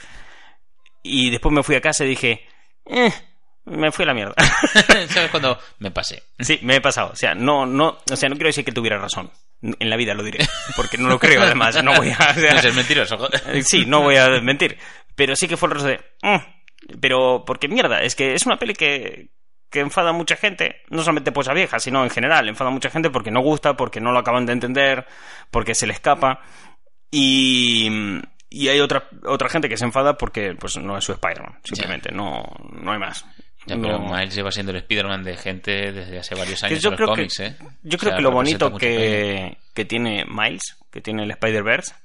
y después me fui a casa y dije... Eh, me fui a la mierda. ¿Sabes cuando me pasé? Sí, me he pasado. O sea, no, no, o sea, no quiero decir que tuviera razón. En la vida lo diré, porque no lo creo, además. No voy a... O sea, no seas mentiroso. Sí, no voy a mentir. Pero sí que fue el resto de... Mm, pero, porque mierda, es que es una peli que, que enfada a mucha gente. No solamente polla vieja, sino en general. Enfada a mucha gente porque no gusta, porque no lo acaban de entender, porque se le escapa. Y... Y hay otra otra gente que se enfada porque pues no es su Spider-Man. Simplemente, ya. no, no hay más. Ya, pero no. Miles lleva siendo el Spider-Man de gente desde hace varios años yo en creo los cómics, que, ¿eh? Yo creo o sea, que lo bonito que, que tiene Miles, que tiene el Spider-Verse,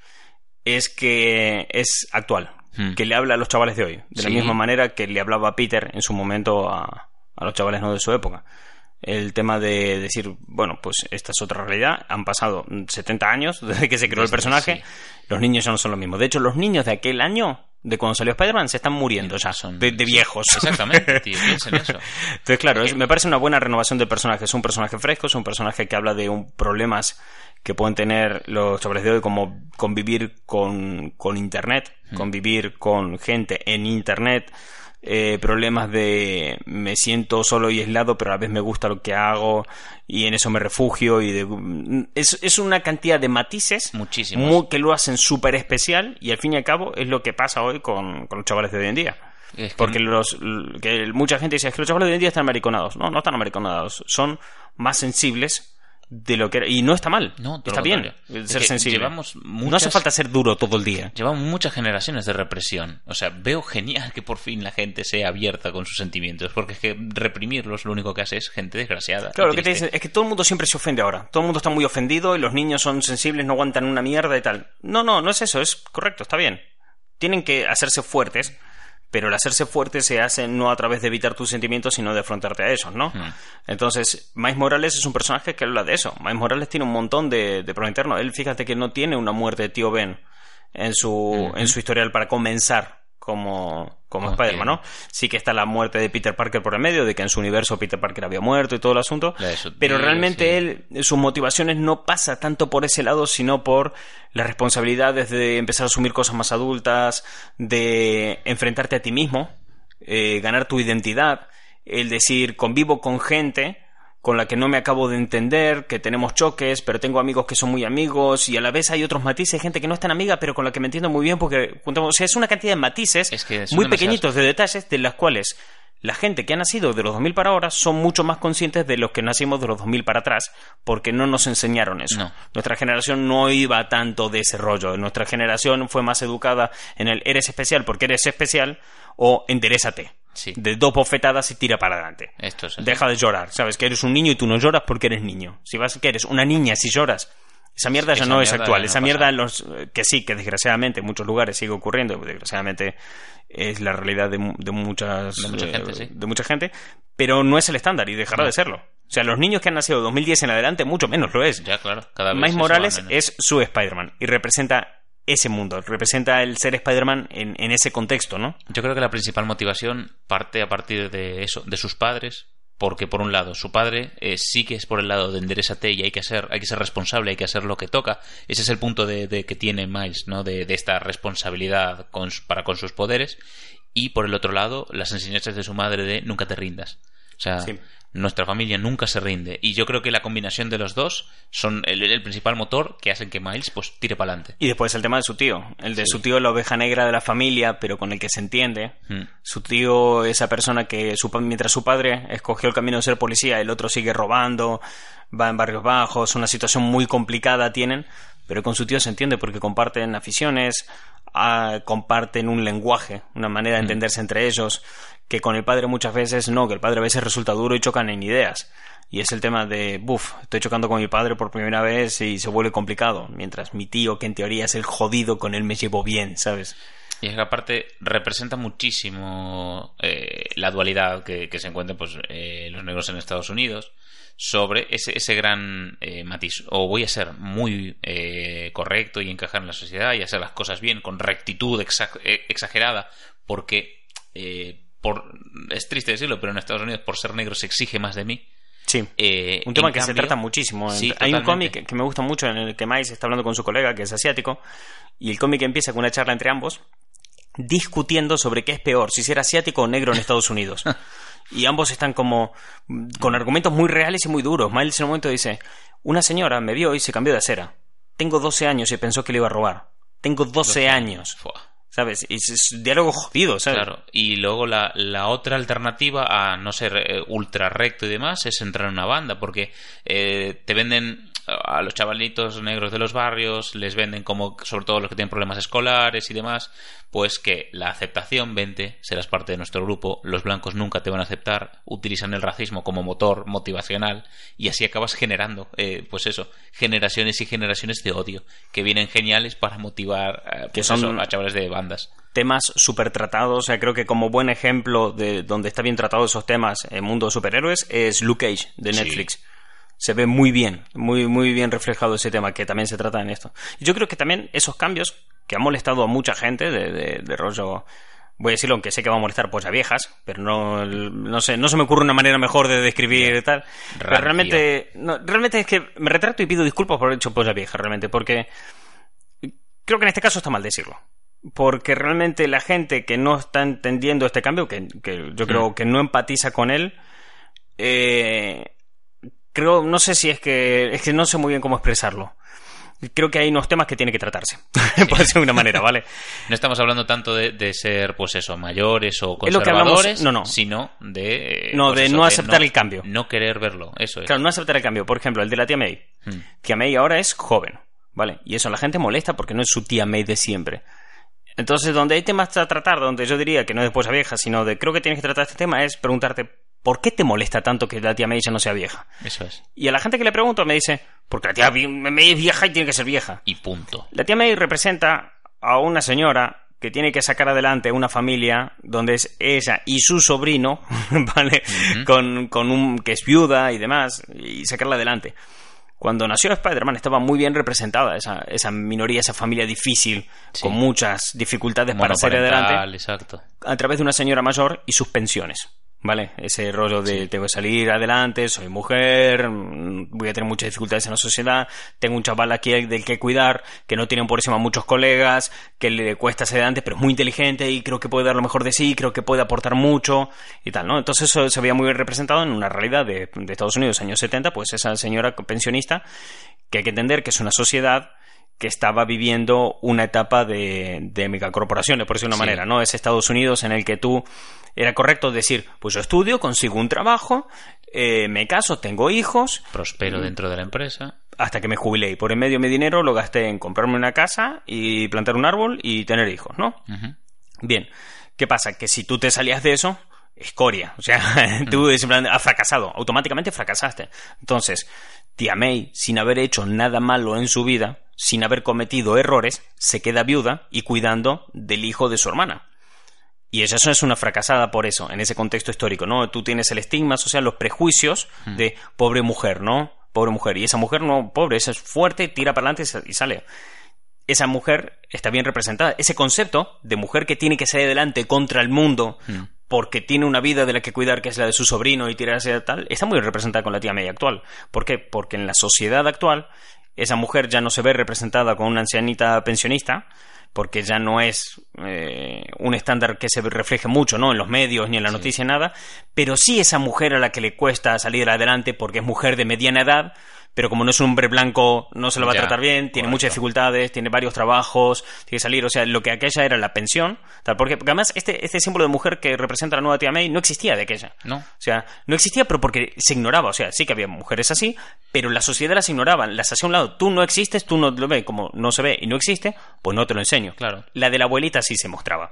es que es actual. Hmm. Que le habla a los chavales de hoy. De ¿Sí? la misma manera que le hablaba a Peter en su momento a, a los chavales no de su época. El tema de decir, bueno, pues esta es otra realidad. Han pasado setenta años desde que se creó desde, el personaje. Sí. Los niños ya no son lo mismo. De hecho, los niños de aquel año, de cuando salió Spider-Man, se están muriendo ya, son de, de viejos. Exactamente, tío, piensa en eso. Entonces, claro, es, me parece una buena renovación del personaje. Es un personaje fresco, es un personaje que habla de un, problemas que pueden tener los chavales de hoy, como convivir con, con Internet, hmm. convivir con gente en Internet. Eh, problemas de me siento solo y aislado, pero a la vez me gusta lo que hago y en eso me refugio y de, es, es una cantidad de matices muy, que lo hacen súper especial y al fin y al cabo es lo que pasa hoy con, con los chavales de hoy en día. Es que... Porque los, que mucha gente dice es que los chavales de hoy en día están americonados. No, no están americonados, son más sensibles de lo que era. Y no está mal, no, está bien ser sensible. Llevamos muchas... No hace falta ser duro todo el día. Llevamos muchas generaciones de represión. O sea, veo genial que por fin la gente sea abierta con sus sentimientos, porque es que reprimirlos lo único que hace es gente desgraciada. Claro, lo que te dicen es que todo el mundo siempre se ofende ahora. Todo el mundo está muy ofendido y los niños son sensibles, no aguantan una mierda y tal. No, no, no es eso, es correcto, está bien. Tienen que hacerse fuertes, pero el hacerse fuerte se hace no a través de evitar tus sentimientos, sino de afrontarte a esos, ¿no? Mm. Entonces, Miles Morales es un personaje que habla de eso. Miles Morales tiene un montón de, de problemas internos. Él, fíjate que no tiene una muerte de tío Ben en su, mm-hmm. en su historial para comenzar como, como okay. Spider-Man, ¿no? Sí que está la muerte de Peter Parker por el medio, de que en su universo Peter Parker había muerto y todo el asunto, eso, pero tío, realmente sí. él, sus motivaciones no pasa tanto por ese lado, sino por las responsabilidades de empezar a asumir cosas más adultas, de enfrentarte a ti mismo, eh, ganar tu identidad, el decir, convivo con gente con la que no me acabo de entender, que tenemos choques, pero tengo amigos que son muy amigos, y a la vez hay otros matices, gente que no es tan amiga, pero con la que me entiendo muy bien, porque o sea, es una cantidad de matices es que muy pequeñitos de detalles, de las cuales la gente que ha nacido de los dos mil para ahora son mucho más conscientes de los que nacimos de los dos mil para atrás, porque no nos enseñaron eso. No. Nuestra generación no iba tanto de ese rollo. Nuestra generación fue más educada en el eres especial porque eres especial o enderézate. Sí. De dos bofetadas y tira para adelante. Esto es Deja de llorar. Sabes que eres un niño y tú no lloras porque eres niño. Si vas que eres una niña si lloras, esa mierda ya esa no es actual. No esa mierda, los, que sí, que desgraciadamente en muchos lugares sigue ocurriendo. Desgraciadamente es la realidad de, de muchas de mucha gente, sí. de mucha gente. pero no es el estándar y dejará no. de serlo. O sea, los niños que han nacido de dos mil diez en adelante, mucho menos lo es. Ya, claro. Cada vez Miles Morales menos. es su Spider-Man y representa ese mundo, representa el ser Spider-Man en, en ese contexto, ¿no? Yo creo que la principal motivación parte a partir de eso, de sus padres, porque por un lado su padre eh, sí que es por el lado de enderezate y hay que ser, hay que ser responsable, hay que hacer lo que toca. Ese es el punto de, de que tiene Miles, ¿no? De, de esta responsabilidad con, para con sus poderes. Y por el otro lado, las enseñanzas de su madre de nunca te rindas. O sea, sí. Nuestra familia nunca se rinde. Y yo creo que la combinación de los dos son el, el principal motor que hacen que Miles pues tire para adelante. Y después el tema de su tío. El de sí. su tío, la oveja negra de la familia, pero con el que se entiende. Hmm. Su tío, esa persona que su, mientras su padre escogió el camino de ser policía, el otro sigue robando, va en barrios bajos, una situación muy complicada tienen, pero con su tío se entiende porque comparten aficiones, ah, comparten un lenguaje, una manera de entenderse hmm. entre ellos, que con el padre muchas veces no, que el padre a veces resulta duro y chocan en ideas. Y es el tema de, buf, estoy chocando con mi padre por primera vez y se vuelve complicado. Mientras mi tío, que en teoría es el jodido, con él me llevo bien, ¿sabes? Y es que aparte representa muchísimo eh, la dualidad que, que se encuentran pues, eh, los negros en Estados Unidos sobre ese, ese gran eh, matiz. O voy a ser muy eh, correcto y encajar en la sociedad y hacer las cosas bien, con rectitud exa- eh, exagerada, porque... Eh, Por, es triste decirlo, pero en Estados Unidos por ser negro se exige más de mí. Sí, eh, un tema que cambio, se trata muchísimo. Sí, hay un cómic que me gusta mucho en el que Miles está hablando con su colega que es asiático y el cómic empieza con una charla entre ambos discutiendo sobre qué es peor, si ser asiático o negro en Estados Unidos. Y ambos están como con argumentos muy reales y muy duros. Miles en un momento dice, una señora me vio y se cambió de acera. Tengo doce años y pensó que le iba a robar. Tengo doce años. Fua. ¿Sabes? Y es un diálogo jodido, ¿sabes? Claro, y luego la, la otra alternativa a no ser eh, ultra recto y demás es entrar en una banda, porque eh, te venden a los chavalitos negros de los barrios, les venden como, sobre todo los que tienen problemas escolares y demás, pues que la aceptación, vente, serás parte de nuestro grupo, los blancos nunca te van a aceptar, utilizan el racismo como motor motivacional y así acabas generando, eh, pues eso, generaciones y generaciones de odio que vienen geniales para motivar eh, pues que son eso, a chavales de bandas. Temas súper tratados, o sea, creo que como buen ejemplo de donde está bien tratado esos temas en mundo de superhéroes es Luke Cage de Netflix. Sí. Se ve muy bien, muy muy bien reflejado ese tema que también se trata en esto. Yo creo que también esos cambios que han molestado a mucha gente de, de, de rollo, voy a decirlo aunque sé que va a molestar pues a viejas, pero no no sé, no se me ocurre una manera mejor de describir yeah. tal. Rancio. Pero realmente no, realmente es que me retracto y pido disculpas por haber dicho pues a viejas realmente, porque creo que en este caso está mal decirlo. Porque realmente la gente que no está entendiendo este cambio, que, que yo creo mm. que no empatiza con él, eh creo, no sé si es que es que no sé muy bien cómo expresarlo. Creo que hay unos temas que tienen que tratarse, por decirlo de una manera, ¿vale? No estamos hablando tanto de, de ser, pues eso, mayores o conservadores, hablamos, no, no. sino de... No, pues de eso, no aceptar de no, el cambio. No querer verlo, eso es. Claro, no aceptar el cambio. Por ejemplo, el de la tía May. Hmm. Tía May ahora es joven, ¿vale? Y eso a la gente molesta porque no es su tía May de siempre. Entonces, donde hay temas a tratar, donde yo diría que no es de esposa vieja, sino de creo que tienes que tratar este tema, es preguntarte ¿por qué te molesta tanto que la tía May ya no sea vieja? Eso es. Y a la gente que le pregunto me dice, porque la tía May es vieja y tiene que ser vieja. Y punto. La tía May representa a una señora que tiene que sacar adelante una familia donde es ella y su sobrino, ¿vale? Uh-huh. Con, con un que es viuda y demás, y sacarla adelante. Cuando nació Spider-Man estaba muy bien representada esa, esa minoría, esa familia difícil, sí. con muchas dificultades para salir adelante. Exacto. A través de una señora mayor y sus pensiones. ¿Vale? Ese rollo de sí. tengo que salir adelante, soy mujer, voy a tener muchas dificultades en la sociedad, tengo un chaval aquí del que cuidar, que no tiene por encima muchos colegas, que le cuesta salir adelante, pero es muy inteligente y creo que puede dar lo mejor de sí, creo que puede aportar mucho y tal, ¿no? Entonces eso se veía muy bien representado en una realidad de, de Estados Unidos, años setenta, pues esa señora pensionista, que hay que entender que es una sociedad que estaba viviendo una etapa de, de megacorporaciones, por decirlo de una sí. manera, ¿no? Es Estados Unidos en el que tú era correcto decir, pues yo estudio, consigo un trabajo, eh, me caso, tengo hijos, prospero dentro de la empresa, hasta que me jubilé y por en medio mi dinero lo gasté en comprarme una casa y plantar un árbol y tener hijos, ¿no? Uh-huh. Bien, ¿qué pasa? Que si tú te salías de eso, escoria, o sea, tú uh-huh. simplemente has fracasado, automáticamente fracasaste. Entonces, tía May, sin haber hecho nada malo en su vida, sin haber cometido errores, se queda viuda y cuidando del hijo de su hermana. Y eso es una fracasada por eso, en ese contexto histórico, ¿no? Tú tienes el estigma social, los prejuicios mm. de pobre mujer, ¿no? Pobre mujer. Y esa mujer no, pobre, esa es fuerte, tira para adelante y sale. Esa mujer está bien representada. Ese concepto de mujer que tiene que salir adelante contra el mundo mm. porque tiene una vida de la que cuidar, que es la de su sobrino, y tirarse a tal, está muy representada con la tía May actual. ¿Por qué? Porque en la sociedad actual esa mujer ya no se ve representada con una ancianita pensionista, porque ya no es eh, un estándar que se refleje mucho, ¿no? En los medios ni en la noticia, sí. nada, pero sí esa mujer a la que le cuesta salir adelante porque es mujer de mediana edad, pero como no es un hombre blanco, no se lo va ya, a tratar bien, tiene correcto. muchas dificultades, tiene varios trabajos, tiene que salir, o sea, lo que aquella era la pensión, tal, porque, porque además este, este símbolo de mujer que representa la nueva tía May no existía de aquella. No. O sea, no existía, pero porque se ignoraba, o sea, sí que había mujeres así, pero la sociedad las ignoraba, las hacía a un lado. Tú no existes, tú no lo ves, como no se ve y no existe, pues no te lo enseño. Claro. La de la abuelita sí se mostraba.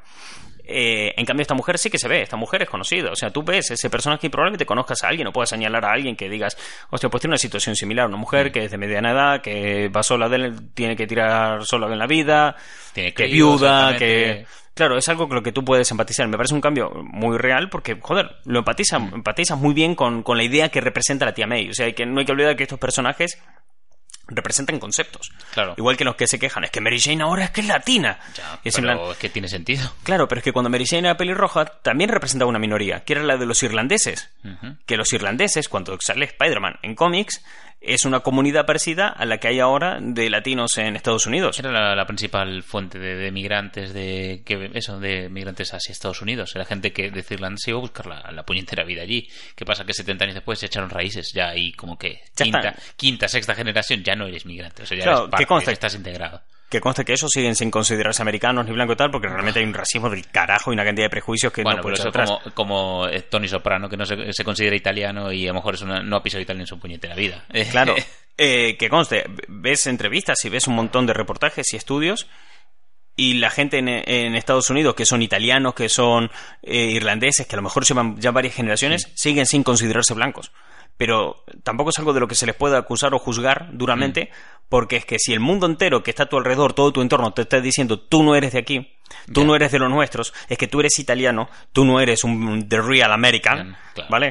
Eh, en cambio esta mujer sí que se ve, esta mujer es conocida, o sea, tú ves ese personaje y probablemente conozcas a alguien o puedas señalar a alguien que digas, hostia, pues tiene una situación similar, una mujer mm. que es de mediana edad, que va sola, de él, tiene que tirar sola en la vida, tiene que es viuda, que... Claro, es algo con lo que tú puedes empatizar. Me parece un cambio muy real porque, joder, lo empatizas mm. empatizas muy bien con, con la idea que representa la tía May. O sea, que no hay que olvidar que estos personajes representan conceptos. Claro. Igual que los que se quejan, es que Mary Jane ahora es que es latina. Ya, y es, pero plan... es que tiene sentido. Claro, pero es que cuando Mary Jane era pelirroja también representaba una minoría, que era la de los irlandeses. Uh-huh. Que los irlandeses, cuando sale Spider-Man en cómics, es una comunidad parecida a la que hay ahora de latinos en Estados Unidos. Era la, la principal fuente de, de migrantes de que eso de migrantes hacia Estados Unidos. Era gente que de Irlanda se iba a buscar la, la puñetera vida allí. ¿Qué pasa? Que setenta años después se echaron raíces ya ahí como que quinta, quinta, sexta generación ya no eres migrante. O sea, ya claro, eres parte, ¿qué consta? Estás integrado. Que conste que esos siguen sin considerarse americanos ni blanco y tal, porque realmente hay un racismo del carajo y una cantidad de prejuicios que bueno, no puede ser atrás. Como, como Tony Soprano, que no se, se considera italiano y a lo mejor es una, no ha pisado Italia en su puñetera vida. Claro, eh, que conste, ves entrevistas y ves un montón de reportajes y estudios y la gente en, en Estados Unidos, que son italianos, que son eh, irlandeses, que a lo mejor llevan ya varias generaciones, sí. siguen sin considerarse blancos. Pero tampoco es algo de lo que se les pueda acusar o juzgar duramente, mm. porque es que si el mundo entero que está a tu alrededor, todo tu entorno, te está diciendo tú no eres de aquí, tú yeah. no eres de los nuestros, es que tú eres italiano, tú no eres un the real American, yeah, claro. ¿vale?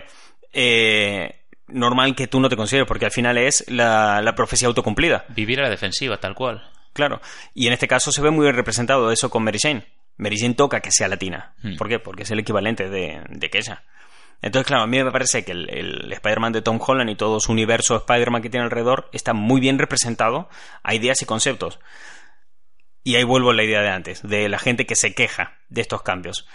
Eh, normal que tú no te consideres, porque al final es la, la profecía autocumplida. Vivir a la defensiva, tal cual. Claro, y en este caso se ve muy representado eso con Mary Jane. Mary Jane toca que sea latina. Mm. ¿Por qué? Porque es el equivalente de, de que ella. Entonces, claro, a mí me parece que el, el Spider-Man de Tom Holland y todo su universo Spider-Man que tiene alrededor está muy bien representado a ideas y conceptos. Y ahí vuelvo a la idea de antes, de la gente que se queja de estos cambios.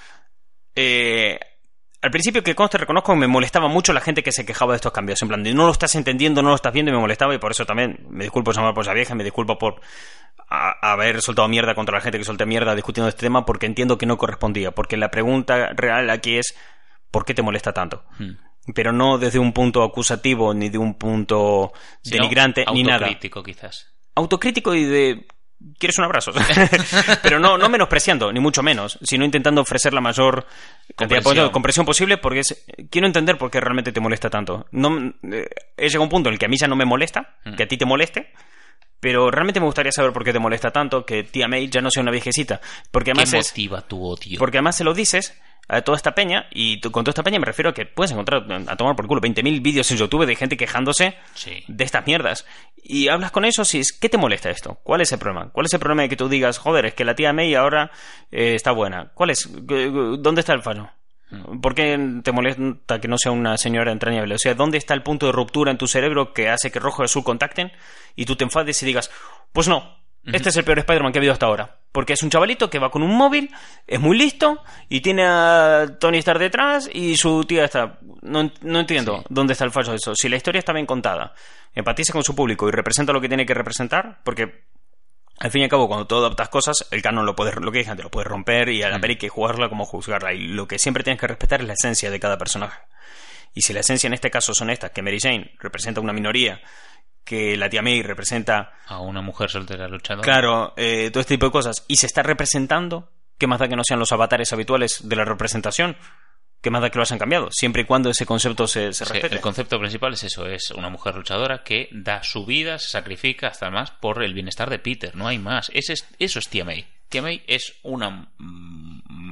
Eh, al principio, que conste, reconozco que me molestaba mucho la gente que se quejaba de estos cambios. En plan, de no lo estás entendiendo, no lo estás viendo, y me molestaba, y por eso también me disculpo por esa vieja, me disculpo por a, haber soltado mierda contra la gente que solté mierda discutiendo este tema, porque entiendo que no correspondía. Porque la pregunta real aquí es: ¿por qué te molesta tanto? Hmm. Pero no desde un punto acusativo, ni de un punto sí, denigrante, no, ni nada. Autocrítico, quizás. Autocrítico y de... ¿quieres un abrazo? Pero no, no menospreciando, ni mucho menos, sino intentando ofrecer la mayor cantidad de comprensión posible, porque es, quiero entender por qué realmente te molesta tanto. No, eh, he llegado a un punto en el que a mí ya no me molesta, hmm. que a ti te moleste, pero realmente me gustaría saber por qué te molesta tanto que tía May ya no sea una viejecita. Porque además ¿qué motiva es, tu odio? Porque además se lo dices a toda esta peña, y con toda esta peña me refiero a que puedes encontrar a tomar por culo veinte mil vídeos en YouTube de gente quejándose sí. de estas mierdas. Y hablas con ellos y es, ¿qué te molesta esto? ¿Cuál es el problema? ¿Cuál es el problema de que tú digas, joder, es que la tía May ahora eh, está buena? ¿Cuál es? ¿Dónde está el fallo? ¿Por qué te molesta que no sea una señora entrañable? O sea, ¿dónde está el punto de ruptura en tu cerebro que hace que rojo y azul contacten y tú te enfades y digas, pues no, este uh-huh. es el peor Spider-Man que ha habido hasta ahora? Porque es un chavalito que va con un móvil, es muy listo y tiene a Tony Stark detrás y su tía está... No, no entiendo sí. dónde está el fallo de eso. Si la historia está bien contada, empatiza con su público y representa lo que tiene que representar, porque... al fin y al cabo, cuando tú adaptas cosas, el canon lo puedes, lo que dije antes, lo puedes romper y a la peli hay que jugarla como juzgarla. Y lo que siempre tienes que respetar es la esencia de cada personaje. Y si la esencia en este caso son estas, que Mary Jane representa una minoría, que la tía May representa... a una mujer soltera luchadora. Claro, eh, todo este tipo de cosas. Y se está representando, ¿qué más da que no sean los avatares habituales de la representación? ¿Qué más da que lo hayan cambiado? Siempre y cuando ese concepto se, se respete. El concepto principal es eso, es una mujer luchadora que da su vida, se sacrifica hasta más por el bienestar de Peter, no hay más. Ese es, eso es tía May. Tía May es una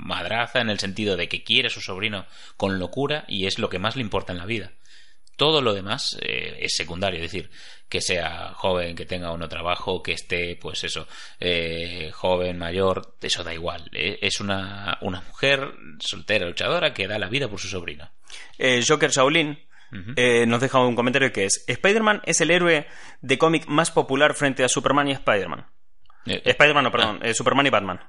madraza en el sentido de que quiere a su sobrino con locura y es lo que más le importa en la vida. Todo lo demás eh, es secundario, es decir, que sea joven, que tenga o no trabajo, que esté, pues eso, eh, joven, mayor, eso da igual. Eh, es una, una mujer soltera, luchadora, que da la vida por su sobrino. Eh, Joker Shaolin uh-huh. eh, nos deja un comentario que es: Spider-Man es el héroe de cómic más popular frente a Superman y Spider-Man. Eh, Spider-Man, no, perdón, ah. eh, Superman y Batman.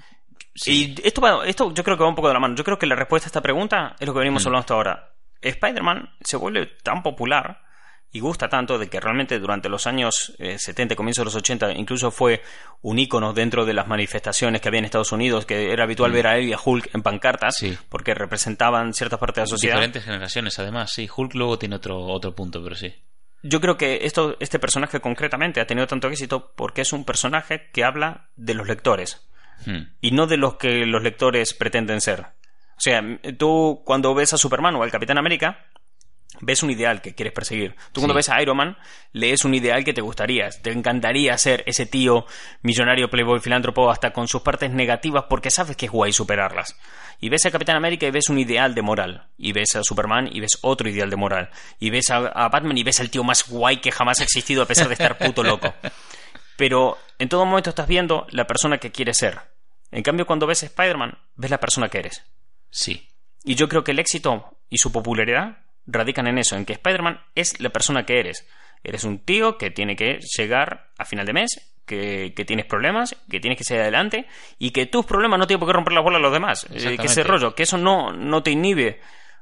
Sí. Y esto, va, esto yo creo que va un poco de la mano. Yo creo que la respuesta a esta pregunta es lo que venimos uh-huh. hablando hasta ahora. Spider-Man se vuelve tan popular y gusta tanto de que realmente durante los años eh, setenta, comienzos de los ochenta, incluso fue un ícono dentro de las manifestaciones que había en Estados Unidos, que era habitual mm. ver a él y a Hulk en pancartas, sí. porque representaban ciertas partes de la sociedad. Diferentes generaciones, además, sí. Hulk luego tiene otro, otro punto, pero sí. Yo creo que esto, este personaje concretamente ha tenido tanto éxito porque es un personaje que habla de los lectores mm. y no de los que los lectores pretenden ser. O sea, tú cuando ves a Superman o al Capitán América, ves un ideal que quieres perseguir. Tú cuando sí. ves a Iron Man, lees un ideal que te gustaría. Te encantaría ser ese tío millonario, playboy, filántropo, hasta con sus partes negativas, porque sabes que es guay superarlas. Y ves a Capitán América y ves un ideal de moral. Y ves a Superman y ves otro ideal de moral. Y ves a, a Batman y ves al tío más guay que jamás ha existido, a pesar de estar puto loco. Pero en todo momento estás viendo la persona que quieres ser. En cambio, cuando ves a Spider-Man, ves la persona que eres. Sí. Y yo creo que el éxito y su popularidad radican en eso, en que Spider-Man es la persona que eres. Eres un tío que tiene que llegar a final de mes, que, que tienes problemas, que tienes que seguir adelante y que tus problemas no tienen por qué romper las bolas a los demás. Eh, que ese rollo, que eso no, no te inhibe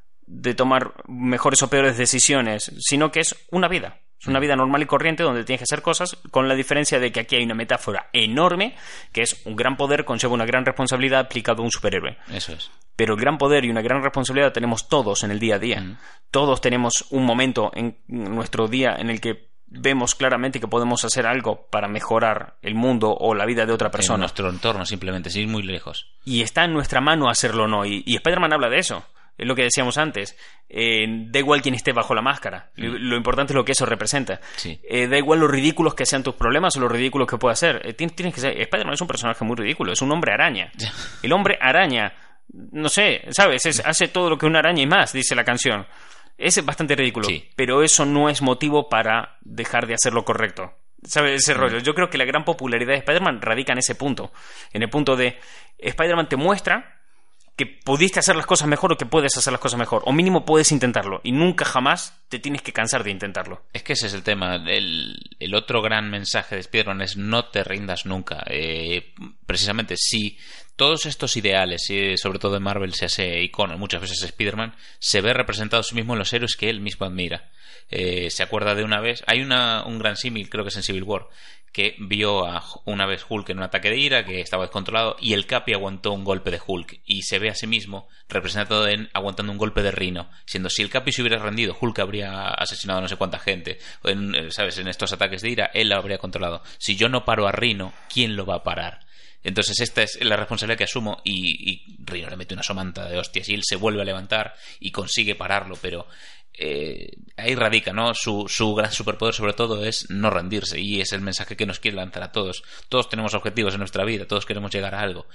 de tomar mejores o peores decisiones, sino que es una vida. Es una vida normal y corriente donde tienes que hacer cosas, con la diferencia de que aquí hay una metáfora enorme, que es un gran poder conlleva una gran responsabilidad aplicado a un superhéroe. Eso es. Pero el gran poder y una gran responsabilidad tenemos todos en el día a día. Mm. Todos tenemos un momento en nuestro día en el que vemos claramente que podemos hacer algo para mejorar el mundo o la vida de otra persona. En nuestro entorno, simplemente, sin ir muy lejos. Y está en nuestra mano hacerlo o no. Y, y Spider-Man habla de eso. Es lo que decíamos antes. Eh, da igual quién esté bajo la máscara. Mm. Lo, lo importante es lo que eso representa. Sí. Eh, da igual lo ridículos que sean tus problemas o lo ridículos que pueda ser. Eh, tienes, tienes que ser. Spider-Man es un personaje muy ridículo. Es un hombre araña. El hombre araña. No sé, ¿sabes? Es, hace todo lo que una araña y más, dice la canción. Es bastante ridículo. Sí. Pero eso no es motivo para dejar de hacer lo correcto. ¿Sabes? Ese mm. rollo. Yo creo que la gran popularidad de Spider-Man radica en ese punto. En el punto de Spider-Man te muestra que pudiste hacer las cosas mejor o que puedes hacer las cosas mejor, o mínimo puedes intentarlo y nunca jamás te tienes que cansar de intentarlo. Es que ese es el tema. El, el otro gran mensaje de Spider-Man es: no te rindas nunca. Eh, precisamente si todos estos ideales, y sobre todo en Marvel se hace icono muchas veces Spider-Man, se ve representado a sí mismo en los héroes que él mismo admira. Eh, se acuerda de una vez, hay una, un gran símil, creo que es en Civil War, que vio a una vez Hulk en un ataque de ira que estaba descontrolado y el Capi aguantó un golpe de Hulk y se ve a sí mismo representado en aguantando un golpe de Rhino, siendo si el Capi se hubiera rendido, Hulk habría asesinado a no sé cuánta gente, o en, ¿sabes? En estos ataques de ira él lo habría controlado. Si yo no paro a Rhino, ¿quién lo va a parar? Entonces esta es la responsabilidad que asumo y, y Rhino le mete una somanta de hostias y él se vuelve a levantar y consigue pararlo, pero Eh, ahí radica, ¿no? Su, su gran superpoder sobre todo es no rendirse, y es el mensaje que nos quiere lanzar a todos. Todos tenemos objetivos en nuestra vida, todos queremos llegar a algo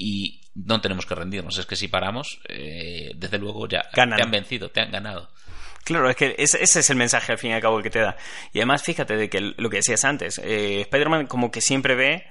y no tenemos que rendirnos. Es que si paramos, eh, desde luego ya Ganan. Te han vencido, te han ganado. Claro, es que ese, ese es el mensaje al fin y al cabo el que te da. Y además fíjate de que lo que decías antes, eh, Spider-Man como que siempre ve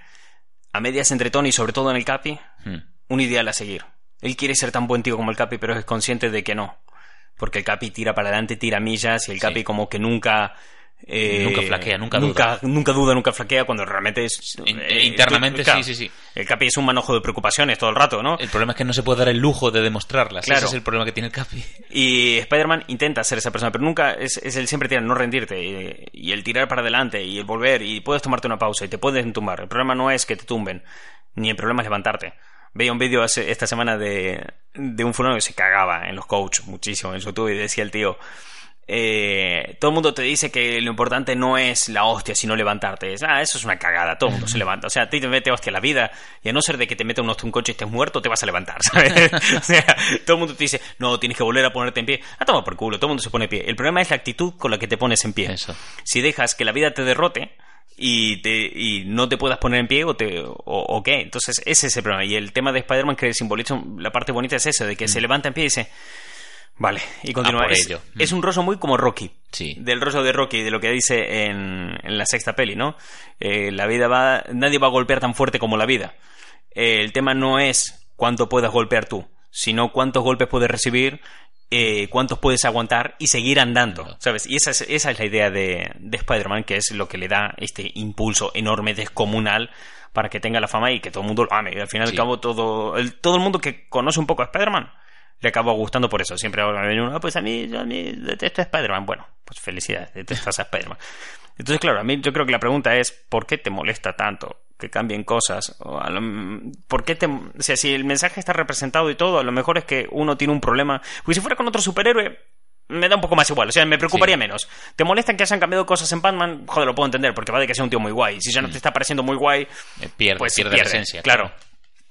a medias entre Tony y sobre todo en el Capi hmm. un ideal a seguir. Él quiere ser tan buen tío como el Capi, pero es consciente de que no. Porque el Capi tira para adelante, tira millas, y el Capi sí. como que nunca... Eh, nunca flaquea, nunca, nunca duda. Nunca duda, nunca flaquea, cuando realmente es... Eh, Internamente claro, sí, sí, sí. El Capi es un manojo de preocupaciones todo el rato, ¿no? El problema es que no se puede dar el lujo de demostrarlas. Claro. Ese es el problema que tiene el Capi. Y Spider-Man intenta ser esa persona, pero nunca es, es el siempre tirar, no rendirte. Y, y el tirar para adelante, y el volver, y puedes tomarte una pausa, y te puedes tumbar. El problema no es que te tumben, ni el problema es levantarte. Veía un vídeo esta semana de, de un fulano que se cagaba en los coaches muchísimo en YouTube y decía el tío, eh, todo el mundo te dice que lo importante no es la hostia sino levantarte. Es, ah, eso es una cagada, todo el mundo se levanta. O sea, a ti te mete hostia la vida y a no ser de que te meta un hostia un coche y estés muerto, te vas a levantar, ¿sabes? O sea, todo el mundo te dice, no, tienes que volver a ponerte en pie. Ah, toma por culo, todo el mundo se pone en pie. El problema es la actitud con la que te pones en pie. Eso. Si dejas que la vida te derrote y, te, y no te puedas poner en pie o, te, o, o qué. Entonces ese es el problema. Y el tema de Spider-Man que simboliza la parte bonita es eso, de que mm. se levanta en pie y dice... Vale, y continúa. Es, es un rollo muy como Rocky. Sí. Del rollo de Rocky, de lo que dice en, en la sexta peli, ¿no? Eh, la vida va... Nadie va a golpear tan fuerte como la vida. Eh, el tema no es cuánto puedas golpear tú, sino cuántos golpes puedes recibir, eh, cuántos puedes aguantar y seguir andando, ¿sabes? Y esa es, esa es la idea de, de Spider-Man, que es lo que le da este impulso enorme, descomunal, para que tenga la fama y que todo el mundo lo ame. Y al fin y al sí. cabo, todo el, todo el mundo que conoce un poco a Spider-Man le acabó gustando por eso. Siempre ahora viene uno, ah, pues a mí, a mí detesto a Spider-Man. Bueno, pues felicidades, detestas a Spider-Man. Entonces, claro, a mí yo creo que la pregunta es, ¿por qué te molesta tanto que cambien cosas? O a lo, ¿por qué te, o sea, si el mensaje está representado y todo, a lo mejor es que uno tiene un problema. Porque si fuera con otro superhéroe, me da un poco más igual, o sea, me preocuparía sí. menos. ¿Te molestan que hayan cambiado cosas en Batman? Joder, lo puedo entender, porque va de que sea un tío muy guay. Si ya no te está pareciendo muy guay, pierde, pues pierde, pierde la esencia. Claro. claro.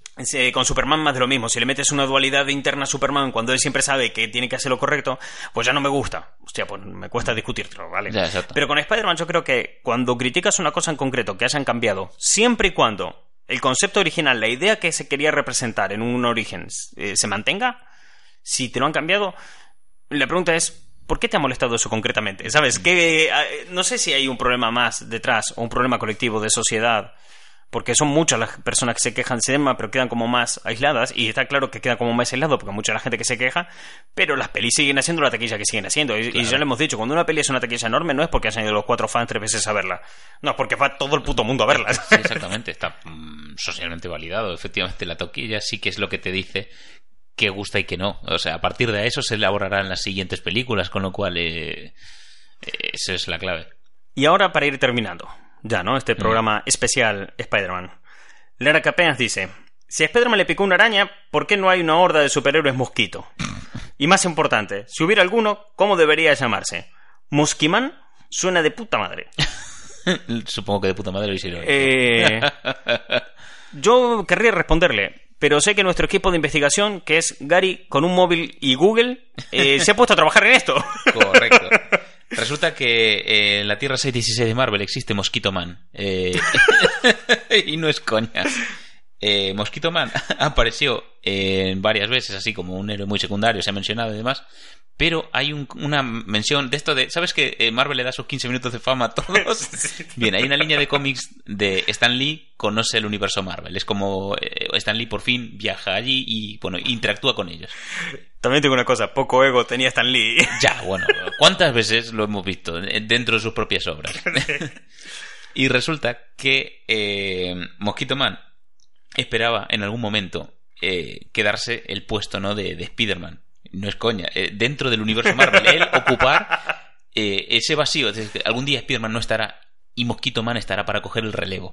Con Superman más de lo mismo. Si le metes una dualidad interna a Superman cuando él siempre sabe que tiene que hacer lo correcto, pues ya no me gusta. Hostia, pues me cuesta discutirlo, ¿vale? Ya, pero con Spider-Man yo creo que cuando criticas una cosa en concreto que hayan cambiado, siempre y cuando el concepto original, la idea que se quería representar en un origen eh, se mantenga, si te lo han cambiado, la pregunta es, ¿por qué te ha molestado eso concretamente? ¿Sabes? Que eh, no sé si hay un problema más detrás o un problema colectivo de sociedad. Porque son muchas las personas que se quejan de cinema, pero quedan como más aisladas. Y está claro que queda como más aislado porque hay mucha la gente que se queja. Pero las pelis siguen haciendo la taquilla que siguen haciendo. Y, claro. y ya lo hemos dicho, cuando una peli es una taquilla enorme, no es porque hayan ido los cuatro fans tres veces a verla. No, es porque va todo el puto mundo a verla. Sí, exactamente. Está mm, socialmente validado. Efectivamente, la taquilla sí que es lo que te dice que gusta y que no. O sea, a partir de eso se elaborarán las siguientes películas, con lo cual eh, eh, esa es la clave. Y ahora, para ir terminando... Ya, ¿no? Este programa mm. especial Spider-Man. Lara Capeas dice: si a Spider-Man le picó una araña, ¿por qué no hay una horda de superhéroes mosquito? Y más importante, si hubiera alguno, ¿cómo debería llamarse? ¿Mosquiman? Suena de puta madre. Supongo que de puta madre lo hicieron. Eh... Yo querría responderle, pero sé que nuestro equipo de investigación, que es Gary con un móvil y Google, eh, se ha puesto a trabajar en esto. Correcto. Resulta que eh, en la Tierra seiscientos dieciséis de Marvel existe Mosquito Man. Eh, y no es coña. Eh, Mosquito Man apareció eh, varias veces así como un héroe muy secundario, se ha mencionado y demás. Pero hay un, una mención de esto de... ¿Sabes que eh, Marvel le da sus quince minutos de fama a todos? Bien, hay una línea de cómics de Stan Lee conoce el universo Marvel. Es como eh, Stan Lee por fin viaja allí y bueno, interactúa con ellos. También tengo una cosa, poco ego tenía Stan Lee. Ya, bueno, ¿cuántas veces lo hemos visto dentro de sus propias obras? Y resulta que eh, Mosquito Man esperaba en algún momento eh, quedarse el puesto, ¿no?, de, de Spider-Man. No es coña, eh, dentro del universo Marvel, él ocupar eh, ese vacío. Es decir, algún día Spider-Man no estará y Mosquito Man estará para coger el relevo.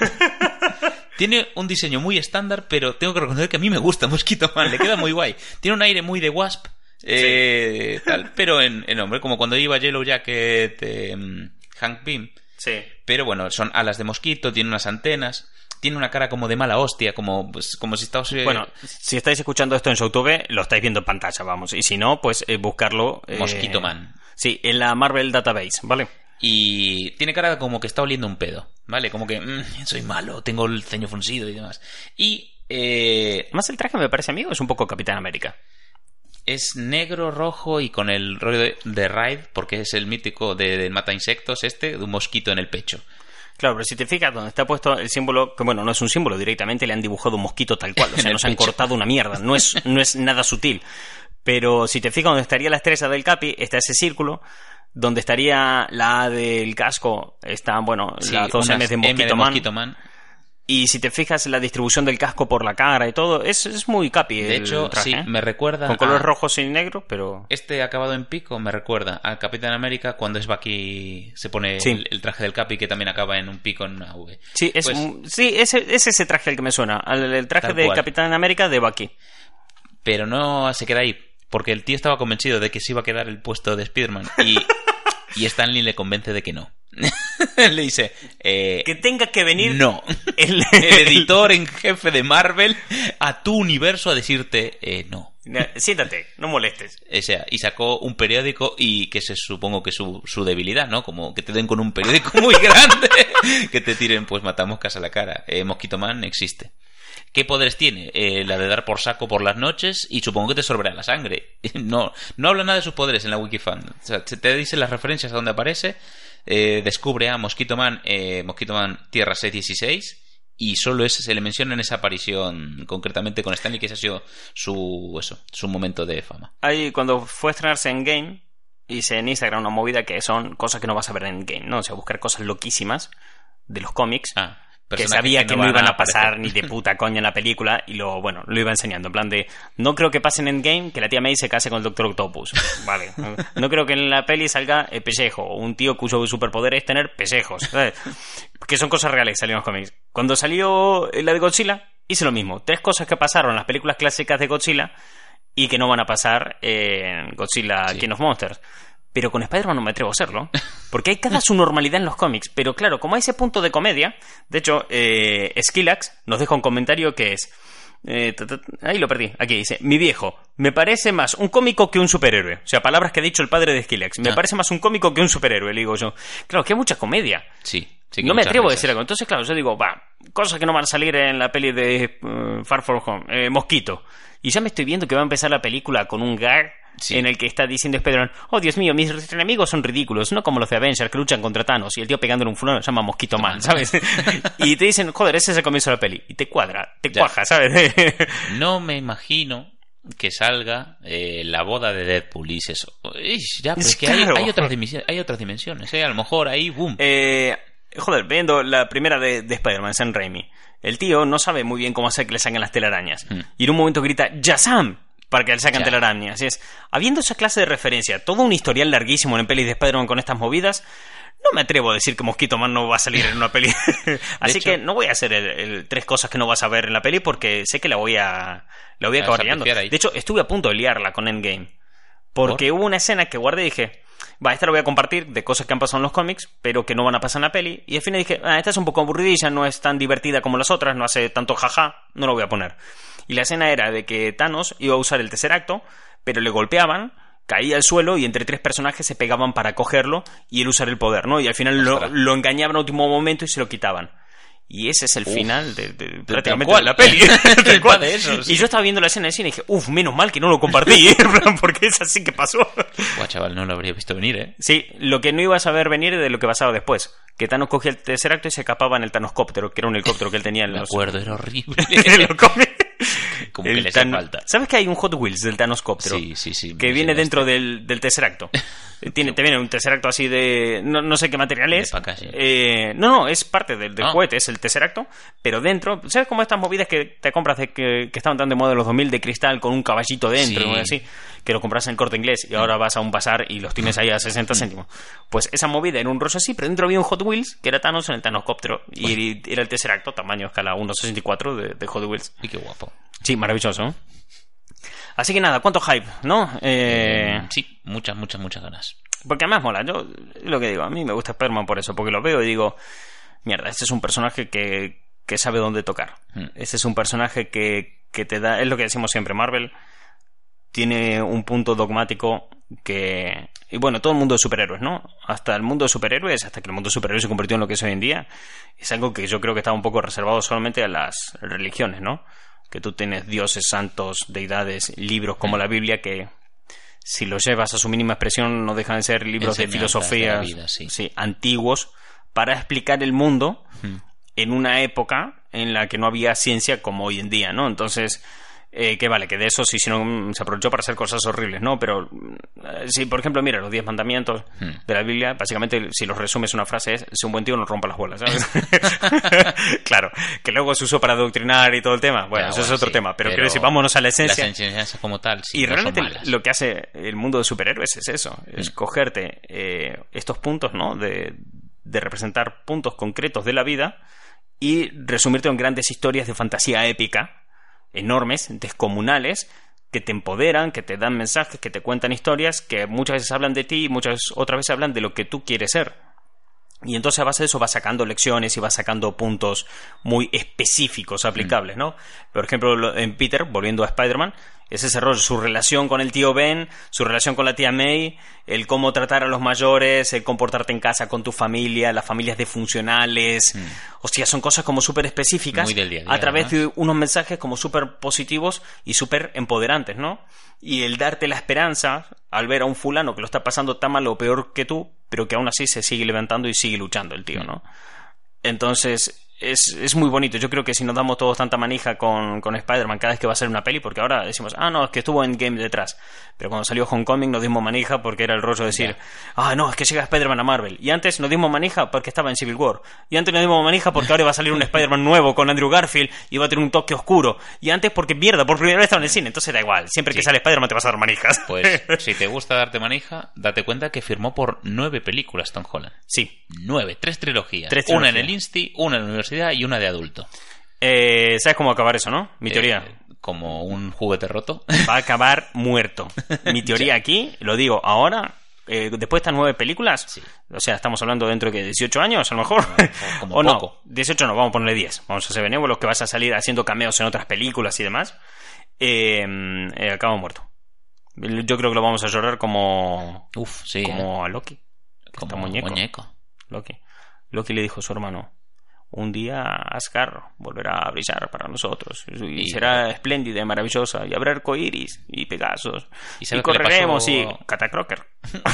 Tiene un diseño muy estándar, pero tengo que reconocer que a mí me gusta Mosquito Man, le queda muy guay. Tiene un aire muy de Wasp, eh, sí. tal, pero en, en hombre, como cuando iba Yellow Jacket, eh, Hank Pym. Sí. Pero bueno, son alas de mosquito, tiene unas antenas. Tiene una cara como de mala hostia, como, pues, como si estáis... Eh... Bueno, si estáis escuchando esto en YouTube, lo estáis viendo en pantalla, vamos. Y si no, pues eh, buscarlo... Eh... Mosquito Man. Sí, en la Marvel Database, ¿vale? Y tiene cara como que está oliendo un pedo, ¿vale? Como que mmm, soy malo, tengo el ceño fruncido y demás. Y... Eh... Más el traje me parece a mí, ¿o es un poco Capitán América? Es negro, rojo y con el rollo de, de Raid, porque es el mítico de, de mata insectos este, de un mosquito en el pecho. Claro, pero si te fijas donde está puesto el símbolo, que bueno, no es un símbolo, directamente le han dibujado un mosquito tal cual, o sea, nos han cortado una mierda, no es, no es nada sutil. Pero si te fijas donde estaría la estrella del Capi, está ese círculo, donde estaría la A del casco, están, bueno, sí, las dos M de Mosquito Man. Mosquito Man. Y si te fijas en la distribución del casco por la cara y todo, es, es muy Capi el De hecho, traje, sí, ¿eh? me recuerda con colores a... rojos y negros, pero... Este acabado en pico me recuerda al Capitán América cuando es Bucky, se pone sí. el, el traje del Capi que también acaba en un pico en una V. Sí, es, pues, sí ese, es ese traje el que me suena, al, el traje de cual. Capitán América de Bucky. Pero no se queda ahí, porque el tío estaba convencido de que se iba a quedar el puesto de Spider-Man y, y Stan Lee le convence de que no. Le dice eh, que tenga que venir no el, el editor en jefe de Marvel a tu universo a decirte eh, no. Siéntate, no molestes. O sea, y sacó un periódico y que se supongo que su, su debilidad, ¿no? Como que te den con un periódico muy grande, que te tiren, pues matamoscas a la cara. Eh, Mosquito Man existe. ¿Qué poderes tiene? Eh, la de dar por saco por las noches y supongo que te sorberá la sangre. No, no habla nada de sus poderes en la Wikifan. O sea, te dicen las referencias a donde aparece. Eh, descubre a Mosquito Man, eh, Mosquito Man Tierra seiscientos dieciséis. Y solo ese se le menciona en esa aparición, concretamente con Stanley, que ese ha sido su, eso, su momento de fama. Ahí, cuando fue a estrenarse en Game, hice en Instagram una movida que son cosas que no vas a ver en Game, ¿no? O sea, buscar cosas loquísimas de los cómics. Ah. Que sabía que, que no, no iban a pasar ni de puta coña en la película y lo, bueno, lo iba enseñando. En plan de, no creo que pase en Endgame que la tía May se case con el Doctor Octopus. Vale. No creo que en la peli salga el pellejo o un tío cuyo superpoder es tener pellejos. ¿Sabes? Que son cosas reales que salieron en los cómics. Cuando salió la de Godzilla, hice lo mismo. Tres cosas que pasaron en las películas clásicas de Godzilla y que no van a pasar en Godzilla sí. King of Monsters. Pero con Spider-Man no me atrevo a hacerlo, porque hay cada su normalidad en los cómics. Pero claro, como hay ese punto de comedia, de hecho, eh, Skillax nos deja un comentario que es... Eh, ahí lo perdí, aquí dice: mi viejo, me parece más un cómico que un superhéroe. O sea, palabras que ha dicho el padre de Skillax. Me ah. parece más un cómico que un superhéroe, le digo yo. Claro, que hay mucha comedia. Sí. sí no me atrevo risas. a decir algo. Entonces, claro, yo digo, va, cosas que no van a salir en la peli de uh, Far From Home. Eh, Mosquito. Y ya me estoy viendo que va a empezar la película con un gag sí. en el que está diciendo Spider-Man: oh, Dios mío, mis enemigos son ridículos, no como los de Avengers que luchan contra Thanos y el tío pegándole un fulano se llama Mosquito Man, ¿sabes? Y te dicen, joder, ese es el comienzo de la peli. Y te cuadra, te ya. cuaja, ¿sabes? No me imagino que salga eh, la boda de Deadpool y eso. Ish, ya, pero es que claro. hay, hay, otras dimensiones, hay otras dimensiones, ¿eh? A lo mejor ahí, boom. Eh, joder, viendo la primera de, de Spider-Man, Sam Raimi, el tío no sabe muy bien cómo hacer que le saquen las telarañas. Hmm. Y en un momento grita ¡Yazam! Para que le saquen ya. telarañas. Así es. Habiendo esa clase de referencia, todo un historial larguísimo en pelis de Spider-Man con estas movidas, no me atrevo a decir que Mosquito Man no va a salir en una peli. Así hecho, que no voy a hacer el, el, tres cosas que no vas a ver en la peli porque sé que la voy a la voy a acabar liando. De hecho, estuve a punto de liarla con Endgame. Porque ¿Por? hubo una escena que guardé y dije, va, esta la voy a compartir de cosas que han pasado en los cómics, pero que no van a pasar en la peli. Y al final dije, ah, esta es un poco aburridilla, no es tan divertida como las otras, no hace tanto jaja, no lo voy a poner. Y la escena era de que Thanos iba a usar el Tesseracto, pero le golpeaban, caía al suelo y entre tres personajes se pegaban para cogerlo y él usar el poder, ¿no? Y al final lo, lo engañaban a último momento y se lo quitaban. Y ese es el Uf, final de, de, de prácticamente de la peli. Del cual. De eso, sí. Y yo estaba viendo la escena de cine y dije, uff, menos mal que no lo compartí, porque es así que pasó. Guau, chaval, no lo habría visto venir, ¿eh? Sí, lo que no iba a saber venir de lo que pasaba después. Que Thanos cogía el Tesseracto y se escapaba en el Thanoscóptero, que era un helicóptero que él tenía en los... Me acuerdo, era horrible. Lo come. Como el que le hace tan... falta. ¿Sabes que hay un Hot Wheels del Thanoscóptero? Sí, sí, sí. Que viene dentro del, del Tesseracto. Tiene, te viene un Tesseracto así de... No, no sé qué material es. Acá, sí. eh, no, no, es parte del, del ah. juguete, es el Tesseracto. Pero dentro... ¿Sabes cómo estas movidas que te compras de, que, que estaban tan de moda en los dos mil de cristal con un caballito dentro? Sí. Así, que lo compras en el Corte Inglés y ahora vas a un bazar y los tienes ahí a sesenta céntimos. Pues esa movida era un rollo así, pero dentro había un Hot Wheels que era Thanos en el Thanoscóptero. Y bueno. Era el Tesseracto, tamaño escala uno sesenta y cuatro de, de Hot Wheels. Y qué guapo. Sí, maravilloso, ¿eh? Así que nada, ¿cuánto hype? ¿No? Eh... Eh, sí, muchas, muchas, muchas ganas. Porque además mola, yo lo que digo, a mí me gusta Spider-Man por eso, porque lo veo y digo, mierda, este es un personaje que, que sabe dónde tocar. Mm. Este es un personaje que, que te da, es lo que decimos siempre, Marvel tiene un punto dogmático que... Y bueno, todo el mundo de superhéroes, ¿no? Hasta el mundo de superhéroes, hasta que el mundo de superhéroes se convirtió en lo que es hoy en día, es algo que yo creo que está un poco reservado solamente a las religiones, ¿no? Que tú tienes dioses, santos, deidades, libros como la Biblia que si los llevas a su mínima expresión no dejan de ser libros de filosofía de vida, sí. Sí, antiguos para explicar el mundo hmm. en una época en la que no había ciencia como hoy en día, ¿no? Entonces, eh, que vale, que de eso sí, si no se aprovechó para hacer cosas horribles, ¿no? Pero eh, si, por ejemplo, mira, los diez mandamientos hmm. de la Biblia, básicamente, si los resumes una frase es, si un buen tío no rompa las bolas, ¿sabes? Claro, que luego se usó para adoctrinar y todo el tema, bueno, ya, eso bueno, es otro sí, tema, pero, pero quiero decir, vámonos a la esencia. Las enseñanzas como tal, sí, y no realmente son malas. Lo que hace el mundo de superhéroes es eso, es hmm. cogerte eh, estos puntos, ¿no? De, de representar puntos concretos de la vida y resumirte en grandes historias de fantasía épica enormes, descomunales, que te empoderan, que te dan mensajes, que te cuentan historias, que muchas veces hablan de ti y muchas otras veces hablan de lo que tú quieres ser. Y entonces a base de eso vas sacando lecciones y vas sacando puntos muy específicos, aplicables, ¿no? Por ejemplo, en Peter, volviendo a Spider-Man, es ese rol, su relación con el tío Ben, su relación con la tía May, el cómo tratar a los mayores, el comportarte en casa con tu familia, las familias disfuncionales. Mm. Hostia, son cosas como súper específicas. Muy del día a día, a través además. de unos mensajes como súper positivos y súper empoderantes, ¿no? Y el darte la esperanza al ver a un fulano que lo está pasando tan mal o peor que tú, pero que aún así se sigue levantando y sigue luchando el tío, ¿no? Entonces es, es muy bonito. Yo creo que si nos damos todos tanta manija con, con Spider-Man cada vez que va a ser una peli, porque ahora decimos, ah, no, es que estuvo en Game detrás, pero cuando salió Homecoming nos dimos manija porque era el rollo de decir, yeah. ah, no, es que llega Spider-Man a Marvel, y antes nos dimos manija porque estaba en Civil War, y antes nos dimos manija porque ahora va a salir un Spider-Man nuevo con Andrew Garfield y va a tener un toque oscuro, y antes porque mierda, por primera vez estaba en el cine, entonces da igual, siempre sí. que sale Spider-Man te vas a dar manijas. Pues si te gusta darte manija, date cuenta que firmó por nueve películas Tom Holland. Sí. Nueve, tres trilogías. Tres una trilogías. en el Insti, una en la universidad y una de adulto. Eh, ¿Sabes cómo acabar eso, no? Mi teoría. Eh, como un juguete roto. Va a acabar muerto. Mi teoría aquí, lo digo ahora, eh, después de estas nueve películas, sí. o sea, estamos hablando dentro de dieciocho años, a lo mejor. Como o poco. no, dieciocho no, vamos a ponerle diez. Vamos a ser benévolos, que vas a salir haciendo cameos en otras películas y demás. Eh, eh, acaba muerto. Yo creo que lo vamos a llorar como... Uf, sí. Como eh. a Loki. Como muñeco. muñeco. Loki. Loki le dijo a su hermano: un día Asgard volverá a brillar para nosotros y, y será espléndida y maravillosa y habrá arcoíris y Pegasos y, y correremos pasó... y Catacroker.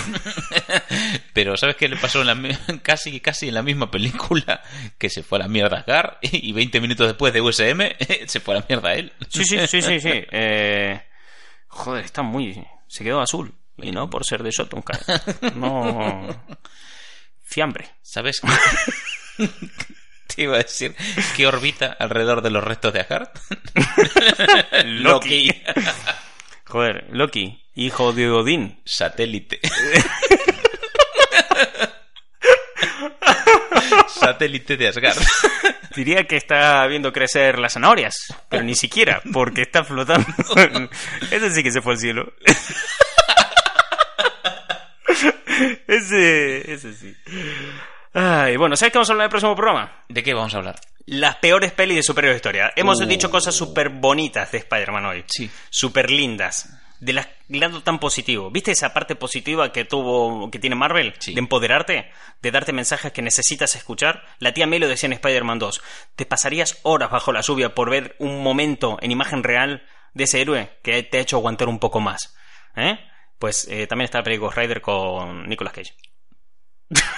Pero ¿sabes qué le pasó en la, casi casi en la misma película? Que se fue a la mierda Asgard y veinte minutos después de U S M se fue a la mierda él. Sí, sí, sí, sí, sí. Eh... Joder, está muy... se quedó azul y no por ser de Jotunheim. No... Fiambre. ¿Sabes qué? Te iba a decir que orbita alrededor de los restos de Asgard. Loki. Joder, Loki, hijo de Odín. Satélite. Satélite de Asgard. Diría que está viendo crecer las zanahorias, pero ni siquiera, porque está flotando. Ese sí que se fue al cielo. Ese, ese sí. Ay, bueno, ¿sabes qué vamos a hablar en el próximo programa? ¿De qué vamos a hablar? Las peores pelis de superhéroes de historia. Hemos uh. dicho cosas súper bonitas de Spider-Man hoy. Sí. Súper lindas. De las lado tan positivo. ¿Viste esa parte positiva que tuvo, que tiene Marvel? Sí. De empoderarte, de darte mensajes que necesitas escuchar. La tía May lo decía en Spider-Man dos. Te pasarías horas bajo la lluvia por ver un momento en imagen real de ese héroe que te ha hecho aguantar un poco más. ¿Eh? Pues eh, también está la película Ghost Rider con Nicolas Cage.